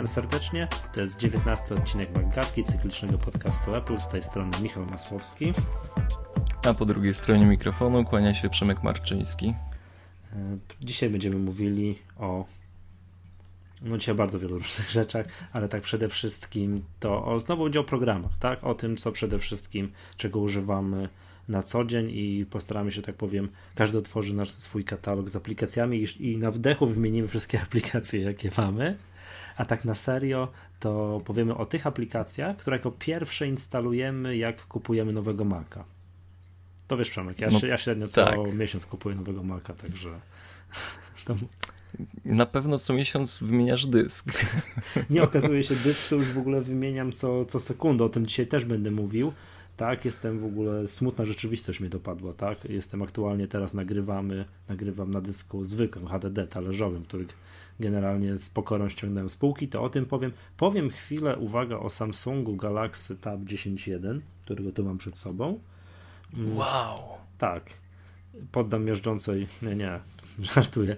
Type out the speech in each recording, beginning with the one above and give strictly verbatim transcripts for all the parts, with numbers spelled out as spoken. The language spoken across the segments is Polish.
Witamy serdecznie. To jest dziewiętnasty odcinek Maggatki, cyklicznego podcastu Apple. Z tej strony Michał Masłowski. A po drugiej stronie mikrofonu kłania się Przemek Marczyński. Dzisiaj będziemy mówili o no dzisiaj bardzo wielu różnych rzeczach, ale tak przede wszystkim to o, znowu będzie o programach, tak? O tym, co przede wszystkim, czego używamy na co dzień i postaramy się, tak powiem, każdy otworzy nasz swój katalog z aplikacjami i, i na wdechu wymienimy wszystkie aplikacje, jakie mamy, a tak na serio to powiemy o tych aplikacjach, które jako pierwsze instalujemy, jak kupujemy nowego Maca. To wiesz, Przemek, ja, no, ja średnio co tak. miesiąc kupuję nowego Maca, także to... Na pewno co miesiąc wymieniasz dysk. Nie, okazuje się, dysk to już w ogóle wymieniam co, co sekundę, o tym dzisiaj też będę mówił. Tak, jestem w ogóle, smutna rzeczywistość mnie dopadła, tak, jestem aktualnie, teraz nagrywamy, nagrywam na dysku zwykłym, H D D, talerzowym, który generalnie z pokorą ściągnąłem z półki, to o tym powiem. Powiem chwilę, uwaga, o Samsungu Galaxy Tab dziesięć jeden, którego tu mam przed sobą. Wow. Tak, poddam miażdżącej, nie, nie, żartuję,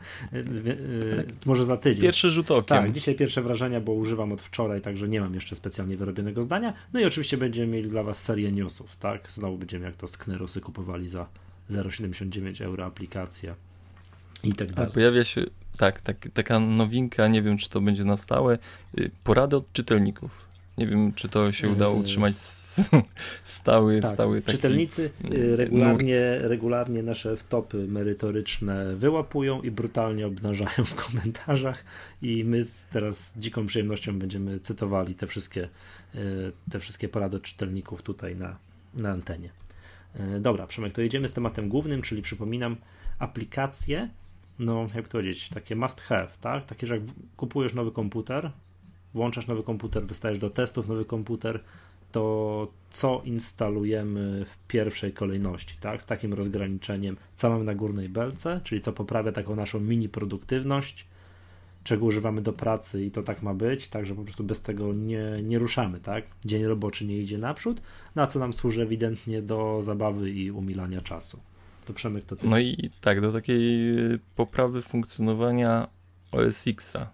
może za tydzień. Pierwszy rzut okiem. Tak, dzisiaj pierwsze wrażenia, bo używam od wczoraj, także nie mam jeszcze specjalnie wyrobionego zdania. No i oczywiście będziemy mieli dla was serię newsów, tak? Znowu będziemy jak to Sknerosy kupowali za zero przecinek siedemdziesiąt dziewięć euro aplikacja i tak dalej. Pojawia się, tak, tak, taka nowinka, nie wiem czy to będzie na stałe, porady od czytelników. Nie wiem, czy to się udało utrzymać stały, tak, stały taki czytelnicy regularnie, regularnie nasze wtopy merytoryczne wyłapują i brutalnie obnażają w komentarzach i my teraz z dziką przyjemnością będziemy cytowali te wszystkie, te wszystkie porady od czytelników tutaj na, na antenie. Dobra, Przemek, to jedziemy z tematem głównym, czyli przypominam aplikacje, no jak to powiedzieć, takie must have, tak? Takie, że jak kupujesz nowy komputer, włączasz nowy komputer, dostajesz do testów nowy komputer, to co instalujemy w pierwszej kolejności, tak? Z takim rozgraniczeniem, co mamy na górnej belce, czyli co poprawia taką naszą mini produktywność, czego używamy do pracy i to tak ma być, tak, że po prostu bez tego nie, nie ruszamy, tak? Dzień roboczy nie idzie naprzód, na co nam służy ewidentnie do zabawy i umilania czasu. To Przemek, to ty. No i tak, do takiej poprawy funkcjonowania O S X-a.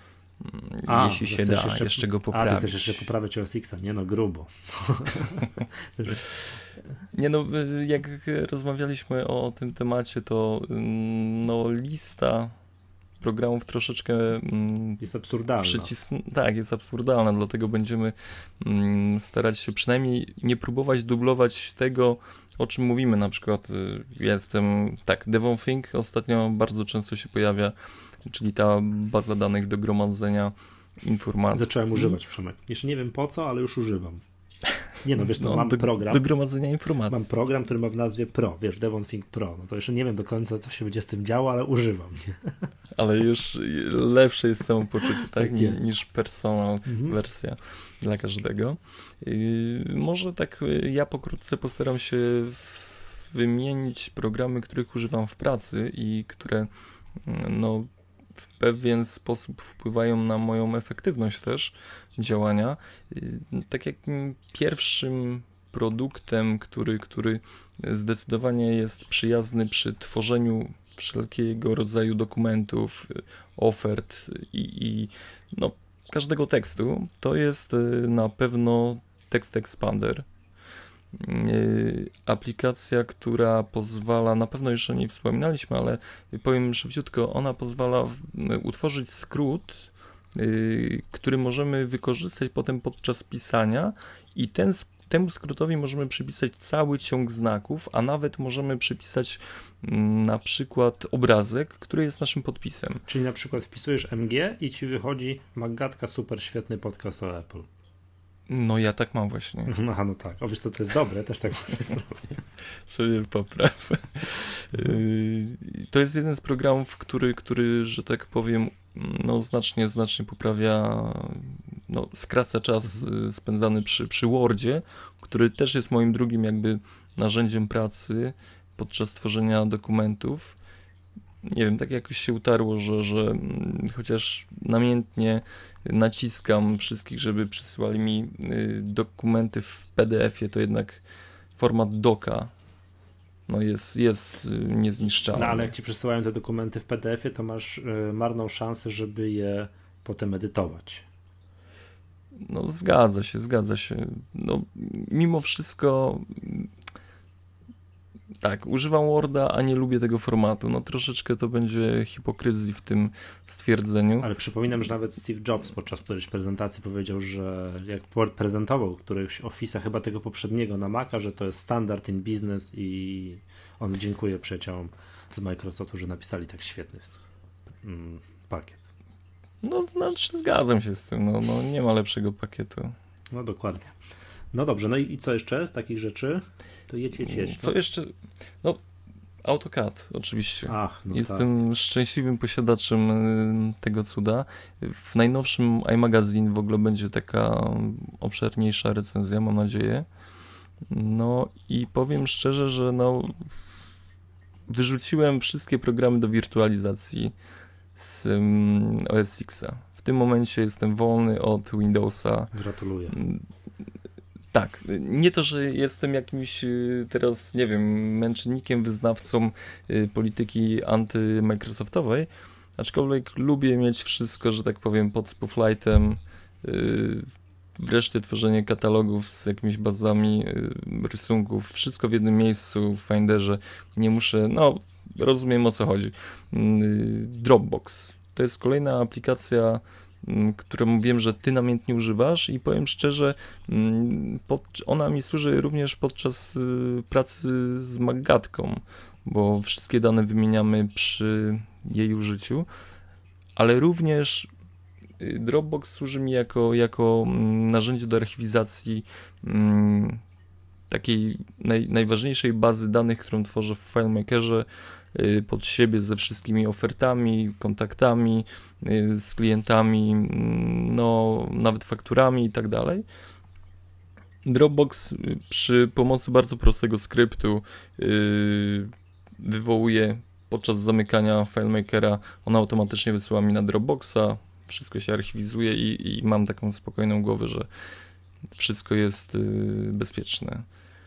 A, jeśli się da, jeszcze, jeszcze go poprawić. A, ty chcesz jeszcze poprawić O S X-a, nie no, grubo. Nie no, jak rozmawialiśmy o tym temacie, to no lista programów troszeczkę jest absurdalna. Przycisn- tak, jest absurdalna, dlatego będziemy mm, starać się przynajmniej nie próbować dublować tego, o czym mówimy. Na przykład ja jestem, tak, DevonThink ostatnio bardzo często się pojawia, czyli ta baza danych do gromadzenia informacji. Zacząłem używać, Przemek. Jeszcze nie wiem po co, ale już używam. Nie no, wiesz co, no, mam do, program. Do gromadzenia informacji. Mam program, który ma w nazwie Pro, wiesz, DevonThink Pro. No to jeszcze nie wiem do końca, co się będzie z tym działo, ale używam. Ale już lepsze jest samopoczucie, tak, tak Ni, niż personal mhm. wersja dla każdego. Yy, może tak ja pokrótce postaram się wymienić programy, których używam w pracy i które no w pewien sposób wpływają na moją efektywność też działania. Tak jak pierwszym produktem, który, który zdecydowanie jest przyjazny przy tworzeniu wszelkiego rodzaju dokumentów, ofert i, i no, każdego tekstu, to jest na pewno Text Expander. Aplikacja, która pozwala, na pewno już o niej wspominaliśmy, ale powiem szybciutko, ona pozwala w, utworzyć skrót, yy, który możemy wykorzystać potem podczas pisania i ten, temu skrótowi możemy przypisać cały ciąg znaków, a nawet możemy przypisać yy, na przykład obrazek, który jest naszym podpisem. Czyli na przykład wpisujesz M G i ci wychodzi Maggatka, super świetny podcast o Apple. No ja tak mam właśnie. No, no tak, o wiesz co, to jest dobre, też tak zrobię. Sobie popraw. To jest jeden z programów, który, który, że tak powiem, no znacznie, znacznie poprawia, no skraca czas mhm. spędzany przy, przy Wordzie, który też jest moim drugim jakby narzędziem pracy podczas tworzenia dokumentów. Nie wiem, tak jakoś się utarło, że, że chociaż namiętnie naciskam wszystkich, żeby przysyłali mi dokumenty w P D F-ie, to jednak format doka no jest, jest niezniszczalny. No ale jak ci przesyłają te dokumenty w P D F-ie, to masz y, marną szansę, żeby je potem edytować. No zgadza się, zgadza się. No, mimo wszystko tak, używam Worda, a nie lubię tego formatu. No troszeczkę to będzie hipokryzji w tym stwierdzeniu. Ale przypominam, że nawet Steve Jobs podczas którejś prezentacji powiedział, że jak Word prezentował któregoś Office'a, chyba tego poprzedniego na Maca, że to jest standard in business i on dziękuję przyjaciołom z Microsoftu, że napisali tak świetny mm, pakiet. No znaczy zgadzam się z tym, no, no nie ma lepszego pakietu. No dokładnie. No dobrze, no i, i co jeszcze z takich rzeczy? To jedź, jedź, jedź. Co jeszcze? No AutoCAD oczywiście. Ach, no Jestem tak. szczęśliwym posiadaczem tego cuda. W najnowszym iMagazine w ogóle będzie taka obszerniejsza recenzja, mam nadzieję. No i powiem szczerze, że no wyrzuciłem wszystkie programy do wirtualizacji z um, O S X-a. W tym momencie jestem wolny od Windowsa. Gratuluję. Tak, nie to, że jestem jakimś teraz, nie wiem, męczennikiem, wyznawcą polityki anty-Microsoftowej, aczkolwiek lubię mieć wszystko, że tak powiem, pod spotlightem, wreszcie tworzenie katalogów z jakimiś bazami rysunków, wszystko w jednym miejscu w Finderze, nie muszę, no rozumiem o co chodzi. Dropbox, to jest kolejna aplikacja, którą wiem, że ty namiętnie używasz i powiem szczerze, pod, ona mi służy również podczas pracy z Maggatką, bo wszystkie dane wymieniamy przy jej użyciu, ale również Dropbox służy mi jako, jako narzędzie do archiwizacji takiej naj, najważniejszej bazy danych, którą tworzę w FileMakerze pod siebie ze wszystkimi ofertami, kontaktami, z klientami, no nawet fakturami i tak dalej. Dropbox przy pomocy bardzo prostego skryptu wywołuje podczas zamykania FileMakera, on automatycznie wysyła mi na Dropboxa, wszystko się archiwizuje i, i mam taką spokojną głowę, że wszystko jest bezpieczne.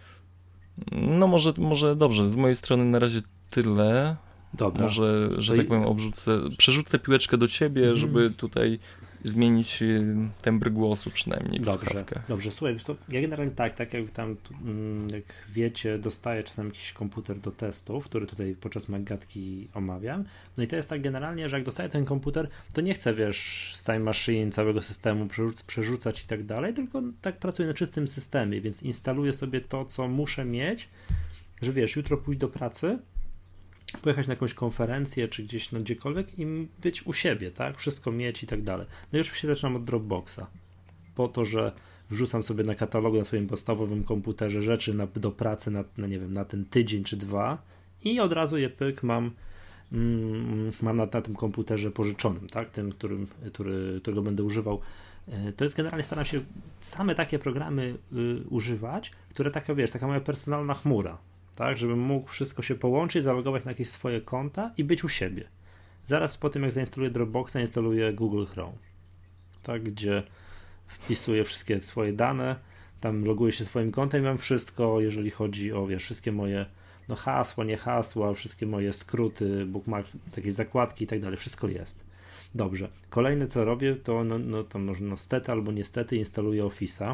No może, może dobrze, z mojej strony na razie tyle. Dobra. Może, że to tak i... powiem, obrzucę, przerzucę piłeczkę do ciebie, mm. żeby tutaj zmienić tembr głosu przynajmniej w dobrze, słuchawkach. Dobrze, słuchaj, to ja generalnie tak, tak jak tam, jak wiecie, dostaję czasem jakiś komputer do testów, który tutaj podczas Maggatki omawiam. No i to jest tak generalnie, że jak dostaję ten komputer, to nie chcę, wiesz, z Time Machine, całego systemu przerzuc- przerzucać i tak dalej, tylko tak pracuję na czystym systemie, więc instaluję sobie to, co muszę mieć, że wiesz, jutro pójść do pracy, pojechać na jakąś konferencję, czy gdzieś no gdziekolwiek i być u siebie, tak? Wszystko mieć i tak dalej. No i oczywiście zaczynam od Dropboxa. Po to, że wrzucam sobie na katalogu na swoim podstawowym komputerze rzeczy na, do pracy na, na, nie wiem, na ten tydzień czy dwa i od razu je pyk mam, mm, mam na, na tym komputerze pożyczonym, tak? Tym, którym, który, którego będę używał. To jest generalnie, staram się same takie programy y, używać, które taka, wiesz, taka moja personalna chmura. Tak, żebym mógł wszystko się połączyć, zalogować na jakieś swoje konta i być u siebie. Zaraz po tym, jak zainstaluję Dropboxa, instaluję Google Chrome, tak, gdzie wpisuję wszystkie swoje dane, tam loguję się swoim kontem i mam wszystko, jeżeli chodzi o, wiesz, wszystkie moje no hasła, nie hasła, wszystkie moje skróty, bookmark, jakieś zakładki i tak dalej, wszystko jest. Dobrze. Kolejne, co robię, to no, no to może no stety albo niestety instaluję Office'a.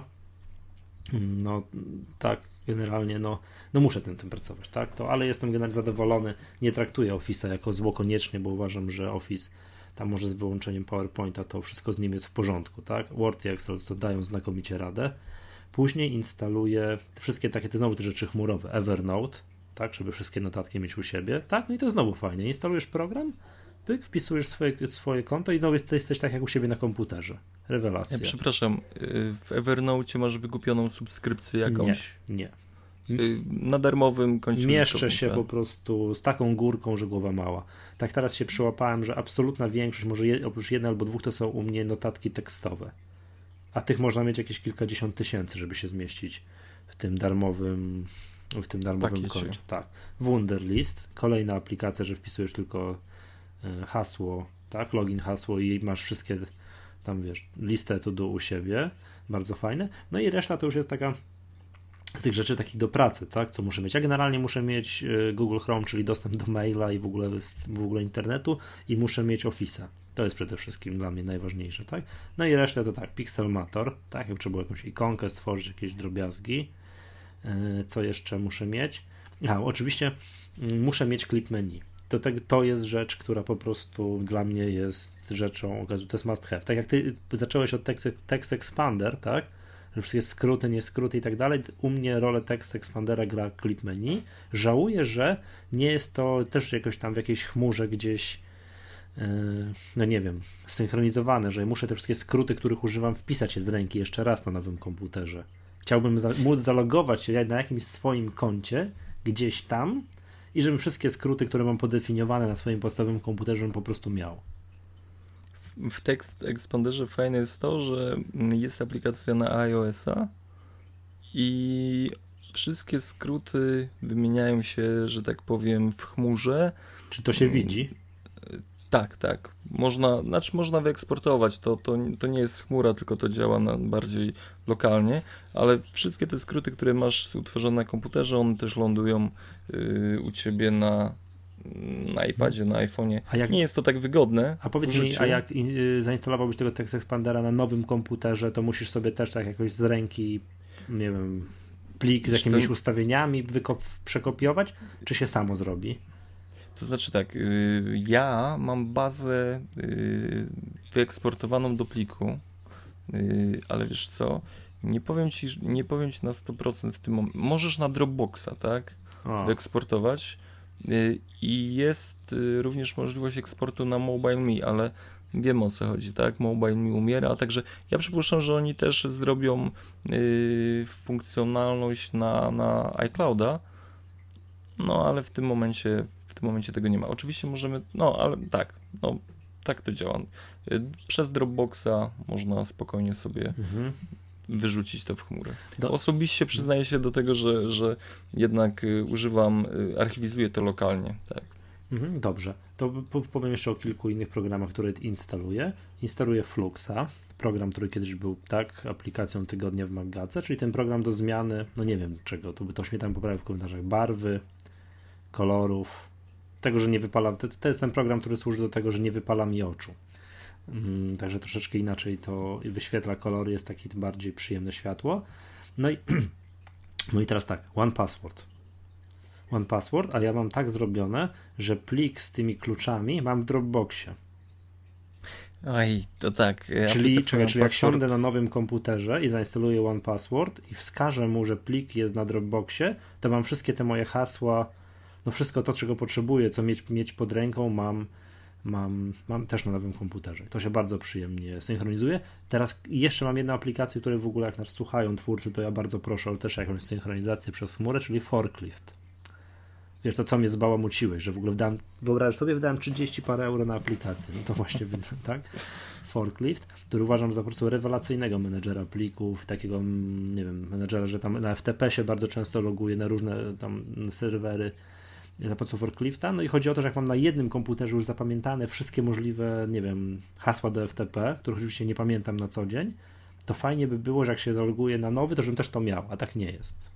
No tak, generalnie no, no muszę tym, tym pracować, tak? To, ale jestem generalnie zadowolony, nie traktuję Office'a jako zło koniecznie, bo uważam, że Office tam może z wyłączeniem PowerPointa to wszystko z nim jest w porządku, tak? Word i Excel to dają znakomicie radę. Później instaluję wszystkie takie, te znowu te rzeczy chmurowe, Evernote, tak? Żeby wszystkie notatki mieć u siebie, tak? No i to znowu fajnie, instalujesz program, pyk, wpisujesz swoje, swoje konto i znowu jesteś tak jak u siebie na komputerze. Rewelacja. Ja, przepraszam, w Evernote masz wykupioną subskrypcję jakąś? Nie, nie. Na darmowym koncie mieszczę się po prostu z taką górką, że głowa mała. Tak teraz się przyłapałem, że absolutna większość, może je, oprócz jednej albo dwóch, to są u mnie notatki tekstowe. A tych można mieć jakieś kilkadziesiąt tysięcy, żeby się zmieścić w tym darmowym w tym darmowym koncie. Tak. Wunderlist, kolejna aplikacja, że wpisujesz tylko hasło, tak, login, hasło i masz wszystkie tam, wiesz, listę to do u siebie, bardzo fajne. No i reszta to już jest taka z tych rzeczy takich do pracy, tak, co muszę mieć. Ja generalnie muszę mieć Google Chrome, czyli dostęp do maila i w ogóle, w ogóle internetu i muszę mieć Office'a. To jest przede wszystkim dla mnie najważniejsze, tak. No i resztę to tak, Pixelmator, tak, jak trzeba było jakąś ikonkę stworzyć, jakieś drobiazgi. Co jeszcze muszę mieć? A, oczywiście muszę mieć klip menu. To, to jest rzecz, która po prostu dla mnie jest rzeczą, to jest must have. Tak jak ty zacząłeś od text, text expander, tak? Że wszystkie skróty, nie skróty i tak dalej. U mnie rolę text expandera gra klip menu. Żałuję, że nie jest to też jakoś tam w jakiejś chmurze gdzieś, yy, no nie wiem, synchronizowane, że muszę te wszystkie skróty, których używam, wpisać je z ręki jeszcze raz na nowym komputerze. Chciałbym za, móc zalogować się na jakimś swoim koncie gdzieś tam i żebym wszystkie skróty, które mam podefiniowane na swoim podstawowym komputerze, żebym po prostu miał. W Text Expanderze fajne jest to, że jest aplikacja na iOS-a i wszystkie skróty wymieniają się, że tak powiem, w chmurze. Czy to się widzi? Tak, tak. Można, znaczy można wyeksportować, to, to, to nie jest chmura, tylko to działa na bardziej lokalnie, ale wszystkie te skróty, które masz utworzone na komputerze, one też lądują yy, u ciebie na, na iPadzie, na iPhone'ie. A jak, nie jest to tak wygodne. A powiedz mi, a jak yy, zainstalowałbyś tego Text Expandera na nowym komputerze, to musisz sobie też tak jakoś z ręki, nie wiem, plik z jakimiś co? ustawieniami wykop- przekopiować, czy się samo zrobi? To znaczy tak, yy, ja mam bazę yy, wyeksportowaną do pliku, yy, ale wiesz co, nie powiem ci, nie powiem ci na sto procent w tym momencie. Możesz na Dropboxa, tak, o. wyeksportować yy, i jest yy, również możliwość eksportu na MobileMe, ale wiem o co chodzi, tak, MobileMe umiera, a także ja przypuszczam, że oni też zrobią yy, funkcjonalność na, na iClouda, no ale w tym momencie w tym momencie tego nie ma. Oczywiście możemy, no ale tak, no tak to działa. Przez Dropboxa można spokojnie sobie mhm. wyrzucić to w chmurę. Do... Osobiście przyznaję się do tego, że, że jednak używam, archiwizuję to lokalnie, tak. Mhm, dobrze. To powiem jeszcze o kilku innych programach, które instaluję. Instaluję Fluxa, program, który kiedyś był, tak, aplikacją tygodnia w Maggace, czyli ten program do zmiany, no nie wiem czego, to by to śmietanie poprawił w komentarzach, barwy, kolorów, tego, że nie wypalam, to, to jest ten program, który służy do tego, że nie wypala mi oczu. Hmm, także troszeczkę inaczej to wyświetla kolory, jest takie bardziej przyjemne światło. No i, no i teraz tak, One Password. One Password, a ja mam tak zrobione, że plik z tymi kluczami mam w Dropboxie. Oj, to tak. Czyli, czekaj, czyli jak siądę na nowym komputerze i zainstaluję One Password i wskażę mu, że plik jest na Dropboxie, to mam wszystkie te moje hasła, no wszystko to, czego potrzebuję, co mieć, mieć pod ręką, mam, mam, mam też na nowym komputerze. To się bardzo przyjemnie synchronizuje. Teraz jeszcze mam jedną aplikację, które w ogóle jak nas słuchają twórcy, to ja bardzo proszę o też jakąś synchronizację przez chmurę, czyli Forklift. Wiesz, to co mnie zbałamuciłeś, że w ogóle wydałem, wyobraź sobie, wydałem trzydzieści parę euro na aplikację. No to właśnie wydałem, tak? Forklift, który uważam za po prostu rewelacyjnego menedżera plików, takiego, nie wiem, menedżera, że tam na F T P się bardzo często loguje na różne tam serwery za pomocą Forklifta. No i chodzi o to, że jak mam na jednym komputerze już zapamiętane wszystkie możliwe, nie wiem, hasła do F T P, których oczywiście nie pamiętam na co dzień, to fajnie by było, że jak się zaloguję na nowy, to żebym też to miał, a tak nie jest.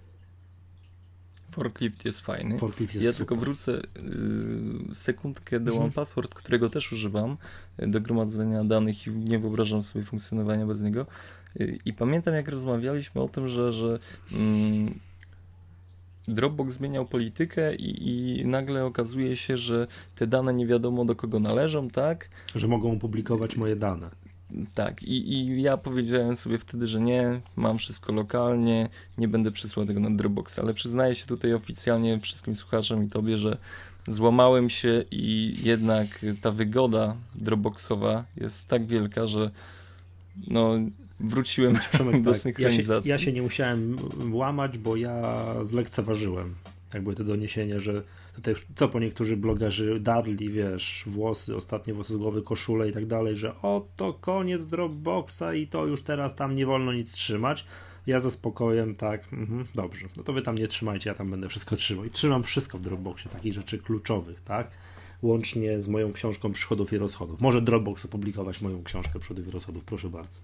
Forklift jest fajny. Forklift jest ja super. Tylko wrócę y, sekundkę do mhm. One Password, którego też używam do gromadzenia danych i nie wyobrażam sobie funkcjonowania bez niego. Y, I pamiętam, jak rozmawialiśmy o tym, że, że mm, Dropbox zmieniał politykę i, i nagle okazuje się, że te dane nie wiadomo do kogo należą, tak? Że mogą publikować moje dane. Tak, i, i ja powiedziałem sobie wtedy, że nie, mam wszystko lokalnie, nie będę przesyłał tego na Dropboxa, ale przyznaję się tutaj oficjalnie wszystkim słuchaczom i tobie, że złamałem się i jednak ta wygoda Dropboxowa jest tak wielka, że no wróciłem Przemek, do tak, synchronizacji. Ja się, ja się nie musiałem łamać, bo ja zlekceważyłem jakby te doniesienie, że tutaj co po niektórzy blogerzy darli, wiesz, włosy, ostatnie włosy z głowy, koszule i tak dalej, że oto koniec Dropboxa i to już teraz tam nie wolno nic trzymać. Ja ze spokojem, tak, mhm, dobrze, no to wy tam nie trzymajcie, ja tam będę wszystko trzymał. I trzymam wszystko w Dropboxie, takich rzeczy kluczowych, tak, łącznie z moją książką przychodów i rozchodów. Może Dropbox opublikować moją książkę przychodów i rozchodów, proszę bardzo.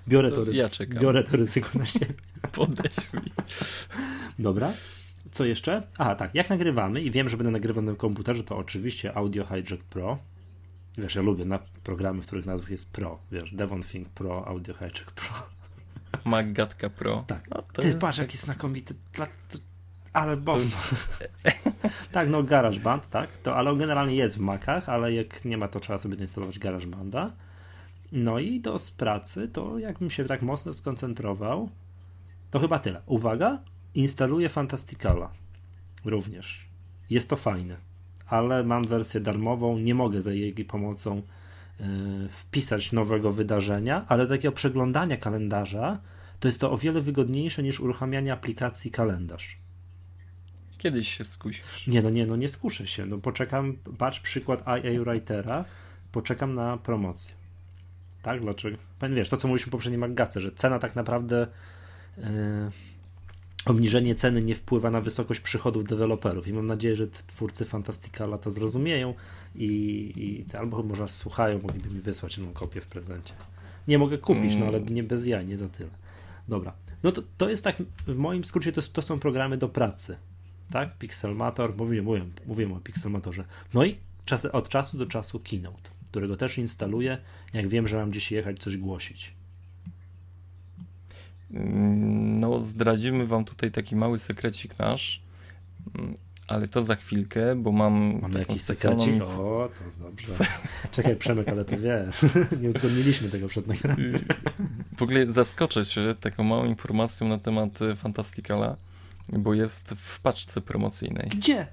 Biorę to to, ryzyko, ja czekam. biorę to ryzyko na siebie. Podeślij. Dobra. Co jeszcze? Aha, tak. Jak nagrywamy i wiem, że będę nagrywał na komputerze, to oczywiście Audio Hijack Pro. Wiesz, ja lubię na programy, w których nazw jest Pro. Wiesz, Devonthink Pro, Audio Hijack Pro. Maggatka Pro. Tak. No, Ty jest... patrz, jaki znakomity. Ale bomba. Tak, no GarageBand, tak. To, ale on generalnie jest w Macach, ale jak nie ma, to trzeba sobie instalować GarageBanda. No i do z pracy, to jakbym się tak mocno skoncentrował, to chyba tyle. Uwaga, instaluję Fantasticala również. Jest to fajne, ale mam wersję darmową, nie mogę za jej pomocą yy, wpisać nowego wydarzenia, ale takiego przeglądania kalendarza to jest to o wiele wygodniejsze niż uruchamianie aplikacji kalendarz. Kiedyś się skusisz. Nie, no nie, no nie skuszę się. No poczekam, patrz przykład I A Writera, poczekam na promocję. Tak, dlaczego? Wiesz, to co mówiliśmy w poprzedniej Maggace, że cena tak naprawdę yy, obniżenie ceny nie wpływa na wysokość przychodów deweloperów i mam nadzieję, że twórcy Fantasticala to zrozumieją i, i albo może słuchają, mogliby mi wysłać jedną kopię w prezencie. Nie mogę kupić, mm. no ale nie bez jaj, nie za tyle. Dobra, no to, to jest tak, w moim skrócie to, to są programy do pracy, tak? Pixelmator, mówiłem, mówiłem, mówiłem o Pixelmatorze. No i czas, od czasu do czasu Keynote, którego też instaluję, jak wiem, że mam gdzieś jechać, coś głosić. No, zdradzimy wam tutaj taki mały sekrecik nasz, ale to za chwilkę, bo mam Mamy taką jakiś specjalną... sekrecik? O, to jest dobrze. Czekaj, Przemek, ale to wiesz, nie uzgodniliśmy tego przed nagraniem. W ogóle zaskoczę cię taką małą informacją na temat Fantasticala, bo jest w paczce promocyjnej. Gdzie?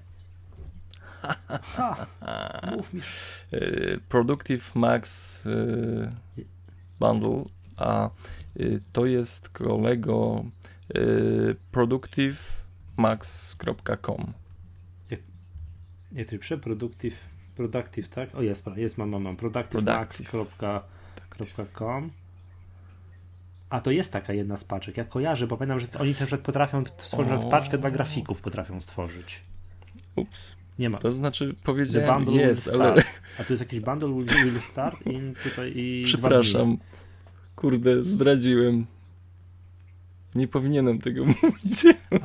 Ha, mów mi. Productive Max Bundle, a to jest kolego productive max kropka com. Nie, ty piszę productive, productive, tak? O jest, jest, mam, mam, mam. productive max kropka com. A to jest taka jedna z paczek. Ja kojarzę, bo pamiętam, że oni też potrafią stworzyć paczkę dla grafików, potrafią stworzyć. Ups. Nie ma. To znaczy powiedziałem, The jest, ale... A tu jest jakiś bundle will start i tutaj i przepraszam. Kurde, zdradziłem. Nie powinienem tego mówić.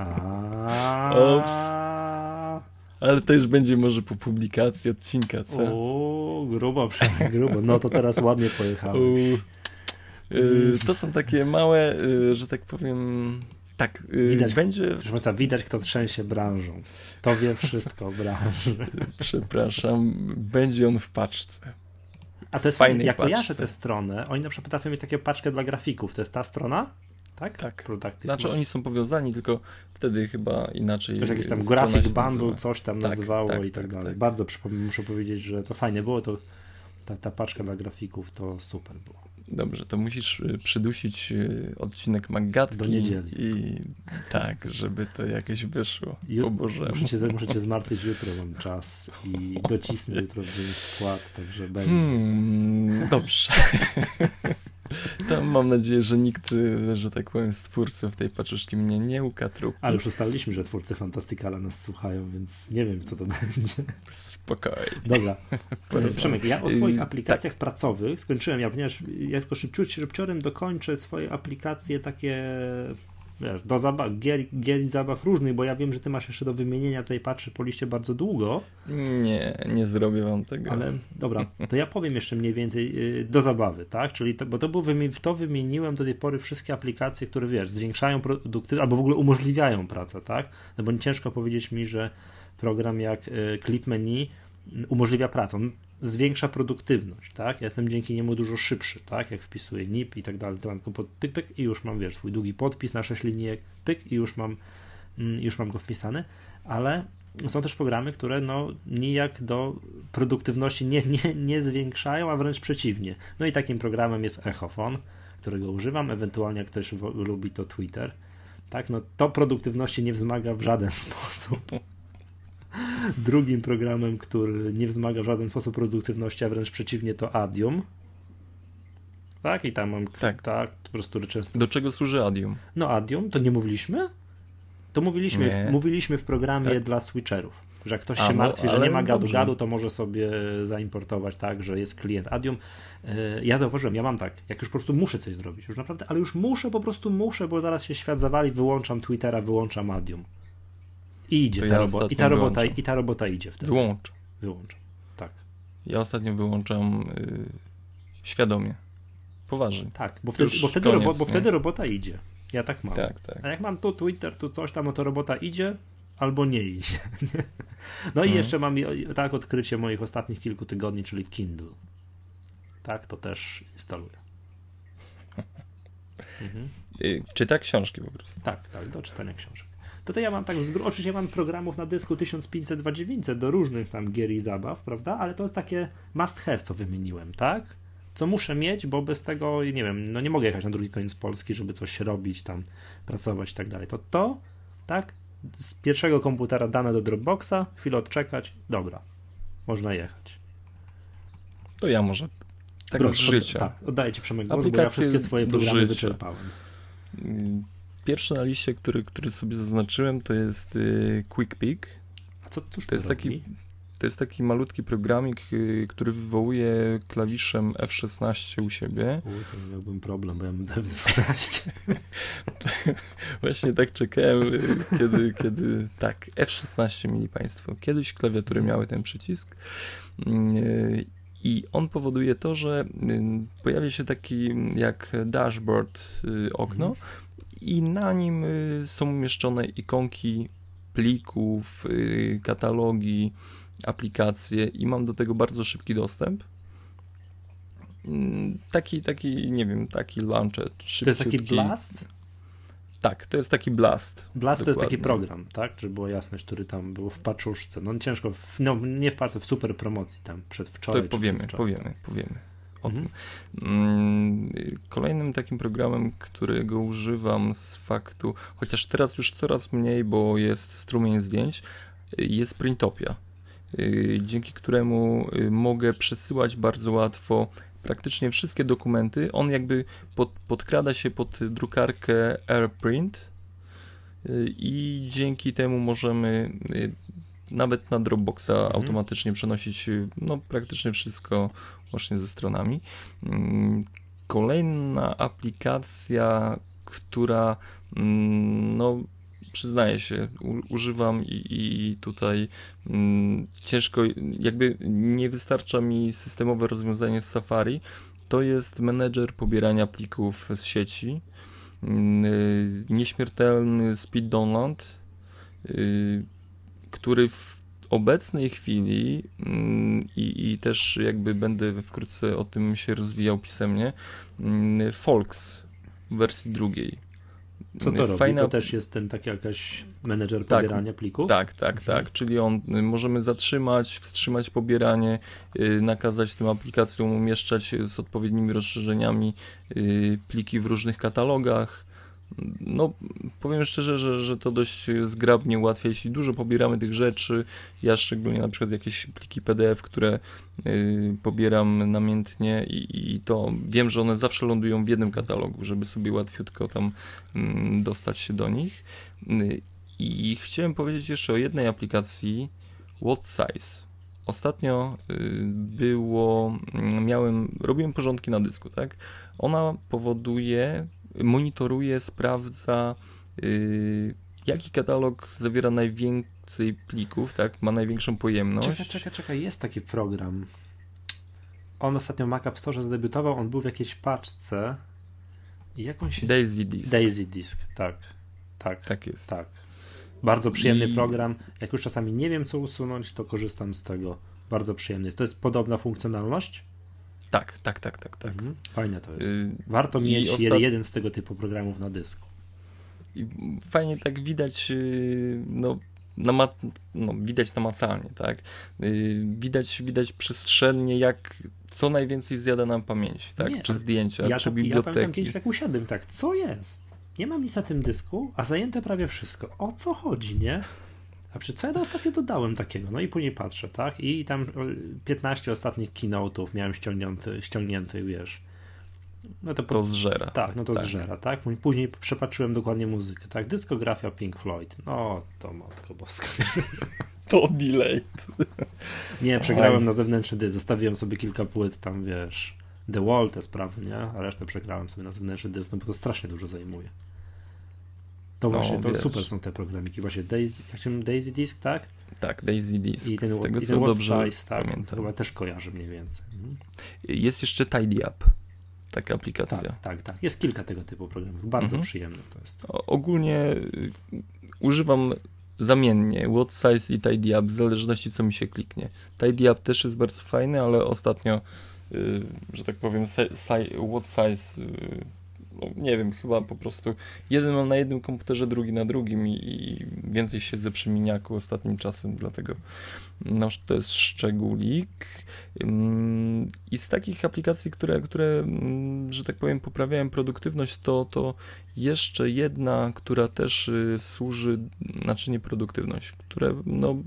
A... Ale to już będzie może po publikacji odcinka, co? O, grubo, grubo. No to teraz ładnie pojechałeś. Yy, to są takie małe, yy, że tak powiem... Tak, yy, widać, będzie... Proszę Państwa, widać, kto trzęsie branżą. To wie wszystko o branży. Przepraszam, będzie on w paczce. A to jest fajne. Ja kojarzę tę stronę. Oni na przykład potrafią mieć taką paczkę dla grafików. To jest ta strona? Tak? Tak. Productive znaczy Max. oni są powiązani, tylko wtedy chyba inaczej. To jest jakiś tam graphic bundle, coś tam tak, nazywało tak, i tak, tak dalej. Tak. Bardzo muszę powiedzieć, że to fajnie było. To ta, ta paczka dla grafików to super było. Dobrze, to musisz przydusić odcinek Maggatki. Do niedzieli. I tak, żeby to jakoś wyszło po Bożemu. Muszę cię, muszę cię zmartwić, jutro mam czas i docisnę jutro w dzień skład, także będzie. Hmm, dobrze. Tam mam nadzieję, że nikt, że tak powiem, z twórców tej paczuszki mnie nie ukatrupi. Ale już ustaliliśmy, że twórcy Fantasticala nas słuchają, więc nie wiem, co to będzie. Spokojnie. Dobra. Przemek, ja o swoich aplikacjach tak. pracowych skończyłem, ja, ponieważ ja tylko szybciutko, szybciorem dokończę swoje aplikacje takie, wiesz, do zabaw, gier, gier i zabaw różnych, bo ja wiem, że ty masz jeszcze do wymienienia, tutaj patrzę po liście bardzo długo. Nie, nie zrobię wam tego. Ale dobra, to ja powiem jeszcze mniej więcej do zabawy, tak? Czyli to, bo to, był, to wymieniłem do tej pory wszystkie aplikacje, które, wiesz, zwiększają produktywność albo w ogóle umożliwiają pracę, tak? No bo ciężko powiedzieć mi, że program jak Clip Menu umożliwia pracę. On zwiększa produktywność, tak? Ja jestem dzięki niemu dużo szybszy, tak? Jak wpisuję N I P i tak dalej, to mam tylko pod pyk, pyk i już mam, wiesz, swój długi podpis na sześć linijek, pyk i już mam, już mam go wpisany, ale są też programy, które no nijak do produktywności nie, nie, nie zwiększają, a wręcz przeciwnie. No i takim programem jest Echofon, którego używam, ewentualnie jak ktoś lubi to Twitter, tak? No to produktywności nie wzmaga w żaden sposób. Drugim programem, który nie wzmaga w żaden sposób produktywności, a wręcz przeciwnie, to Adium. Tak, i tam mam tak, tak po prostu często. Do czego służy Adium? No Adium, to nie mówiliśmy? To mówiliśmy, Nie. mówiliśmy w programie Tak. dla switcherów, że jak ktoś A, się no, martwi, że ale nie ma dobrze. gadu-gadu, to może sobie zaimportować tak, że jest klient Adium. Ja zauważyłem, ja mam tak, jak już po prostu muszę coś zrobić, już naprawdę, ale już muszę, po prostu muszę, bo zaraz się świat zawali, wyłączam Twittera, wyłączam Adium. I idzie To ta ja robota, i ta robota, wyłączam. i ta robota idzie wtedy. Wyłączę. Wyłączam, tak. Ja ostatnio wyłączam y, świadomie. Poważnie. Tak, bo wtedy, Już bo wtedy, koniec, robo, bo nie? wtedy robota idzie. Ja tak mam. Tak, tak. A jak mam tu Twitter, tu coś tam, no to robota idzie albo nie idzie. No i Mhm. jeszcze mam tak odkrycie moich ostatnich kilku tygodni, czyli Kindle. Tak, to też instaluję. Mhm. Y, czyta książki po prostu. Tak, tak, do czytania książek. To, to ja mam tak, zgru- oczywiście mam programów na dysku tysiąc pięćset, dwa tysiące dziewięćset do różnych tam gier i zabaw, prawda, ale to jest takie must have, co wymieniłem, tak? Co muszę mieć, bo bez tego, nie wiem, no nie mogę jechać na drugi koniec Polski, żeby coś robić tam, pracować i tak dalej. To to, tak, z pierwszego komputera dane do Dropboxa, chwilę odczekać, dobra, można jechać. To ja może tak Proszę, z życia. Od, tak, oddaję Ci Przemek głos, bo ja Aplikacje wszystkie swoje do programy życia. wyczerpałem. Y, Pierwszy na liście, który, który sobie zaznaczyłem, to jest y, Quick Pick. A co, cóż To jest taki, robi? to jest taki malutki programik, y, który wywołuje klawiszem F szesnaście u siebie. Uj, to miałbym problem, bo ja mam F dwanaście. Właśnie tak czekałem, y, kiedy, kiedy... Tak, F szesnaście, mili Państwo. Kiedyś klawiatury miały ten przycisk. Y, I on powoduje to, że y, pojawia się taki jak dashboard y, okno, Mhm. i na nim y, są umieszczone ikonki plików, y, katalogi, aplikacje i mam do tego bardzo szybki dostęp. Mm, Taki, taki, nie wiem, taki launcher. To jest taki szybciutki. Blast? Tak, to jest taki Blast. Blast to jest taki Dokładnie. program, tak? Żeby była jasność, który tam był w paczuszce. No ciężko, w, no nie w parce, w super promocji tam przedwczoraj. To czy powiemy, przedwczoraj. powiemy, powiemy o Mhm. tym. Mm, Kolejnym takim programem, którego używam z faktu, chociaż teraz już coraz mniej, bo jest strumień zdjęć, jest Printopia, y, dzięki któremu y, mogę przesyłać bardzo łatwo praktycznie wszystkie dokumenty. On jakby pod, podkrada się pod drukarkę AirPrint y, i dzięki temu możemy y, nawet na Dropboxa Mhm. automatycznie przenosić y, no, praktycznie wszystko łącznie ze stronami. Mm, Kolejna aplikacja, która mm, no przyznaję się, u, używam i, i tutaj mm, ciężko, jakby nie wystarcza mi systemowe rozwiązanie z Safari, to jest menedżer pobierania plików z sieci, mm, nieśmiertelny Speed Download, y, który w obecnej chwili mm, i, i też jakby będę wkrótce o tym się rozwijał pisemnie, mm, Folks w wersji drugiej. Co to robi? Fajna- To też jest ten taki jakaś menedżer Tak, pobierania plików? Tak, tak, Mhm. tak. Czyli on y, możemy zatrzymać, wstrzymać pobieranie, y, nakazać tym aplikacjom umieszczać z odpowiednimi rozszerzeniami y, pliki w różnych katalogach. No, powiem szczerze, że, że to dość zgrabnie ułatwia, jeśli dużo pobieramy tych rzeczy. Ja szczególnie na przykład jakieś pliki P D F, które y, pobieram namiętnie i, i to wiem, że one zawsze lądują w jednym katalogu, żeby sobie łatwiutko tam mm, dostać się do nich. Y, I chciałem powiedzieć jeszcze o jednej aplikacji, WhatSize. Ostatnio y, było, mm, miałem, robiłem porządki na dysku, tak? Ona powoduje, monitoruje, sprawdza, y, jaki katalog zawiera najwięcej plików, tak? Ma największą pojemność. Czekaj, czekaj, czekaj, jest taki program. On ostatnio w Mac App Store zadebiutował, on był w jakiejś paczce. I jak on się... Daisy Disk. Daisy Disk, tak. Tak, tak. Tak jest. Bardzo przyjemny I- program. Jak już czasami nie wiem, co usunąć, to korzystam z tego. Bardzo przyjemny jest. To jest podobna funkcjonalność? Tak, tak, tak, tak, tak. Mhm. Fajne to jest. Y, Warto i mieć ostat- jeden z tego typu programów na dysku. I fajnie tak widać, yy, no, nama- no widać namacalnie, tak? Yy, Widać, widać przestrzennie, jak co najwięcej zjada nam pamięci, tak? Nie, czy zdjęcia, Ja, czy to, ja pamiętam biblioteki. kiedyś jak usiadłem, tak, co jest? Nie mam nic na tym dysku, a zajęte prawie wszystko. O co chodzi, nie? A przy co ja ostatnio dodałem takiego? No i później patrzę, tak? I tam piętnaście ostatnich keynote'ów miałem ściągnięty, ściągnięty, wiesz, no to, po, to zżera. Tak, no to tak. zżera, tak? Później przepatrzyłem dokładnie muzykę, tak? Dyskografia Pink Floyd. No, to matko boska. To delayed. Nie, przegrałem na zewnętrzny dysk. Zostawiłem sobie kilka płyt tam, wiesz, The Wall, te sprawy, nie? A resztę przegrałem sobie na zewnętrzny dysk, no bo to strasznie dużo zajmuje. To właśnie, no, to wiesz. Super są te programiki. Właśnie Daisy, jak się Daisy Disk, tak? Tak, Daisy Disk. I ten, z tego i ten co dobrze size, tak? pamiętam. Chyba też kojarzę mniej więcej. Mhm. Jest jeszcze Tidy Up, taka aplikacja. Tak, tak, tak. Jest kilka tego typu programów. Bardzo mhm. przyjemne to jest. O, ogólnie y, używam zamiennie What Size i Tidy Up, w zależności co mi się kliknie. Tidy Up też jest bardzo fajny, ale ostatnio, y, że tak powiem, si, si, What Size... Y, no, nie wiem, chyba po prostu jeden mam na jednym komputerze, drugi na drugim i, i więcej siedzę przy miniaku ostatnim czasem, dlatego no, to jest szczególik. I z takich aplikacji, które, które że tak powiem, poprawiają produktywność, to, to jeszcze jedna, która też y, służy, znaczy nie produktywność, które no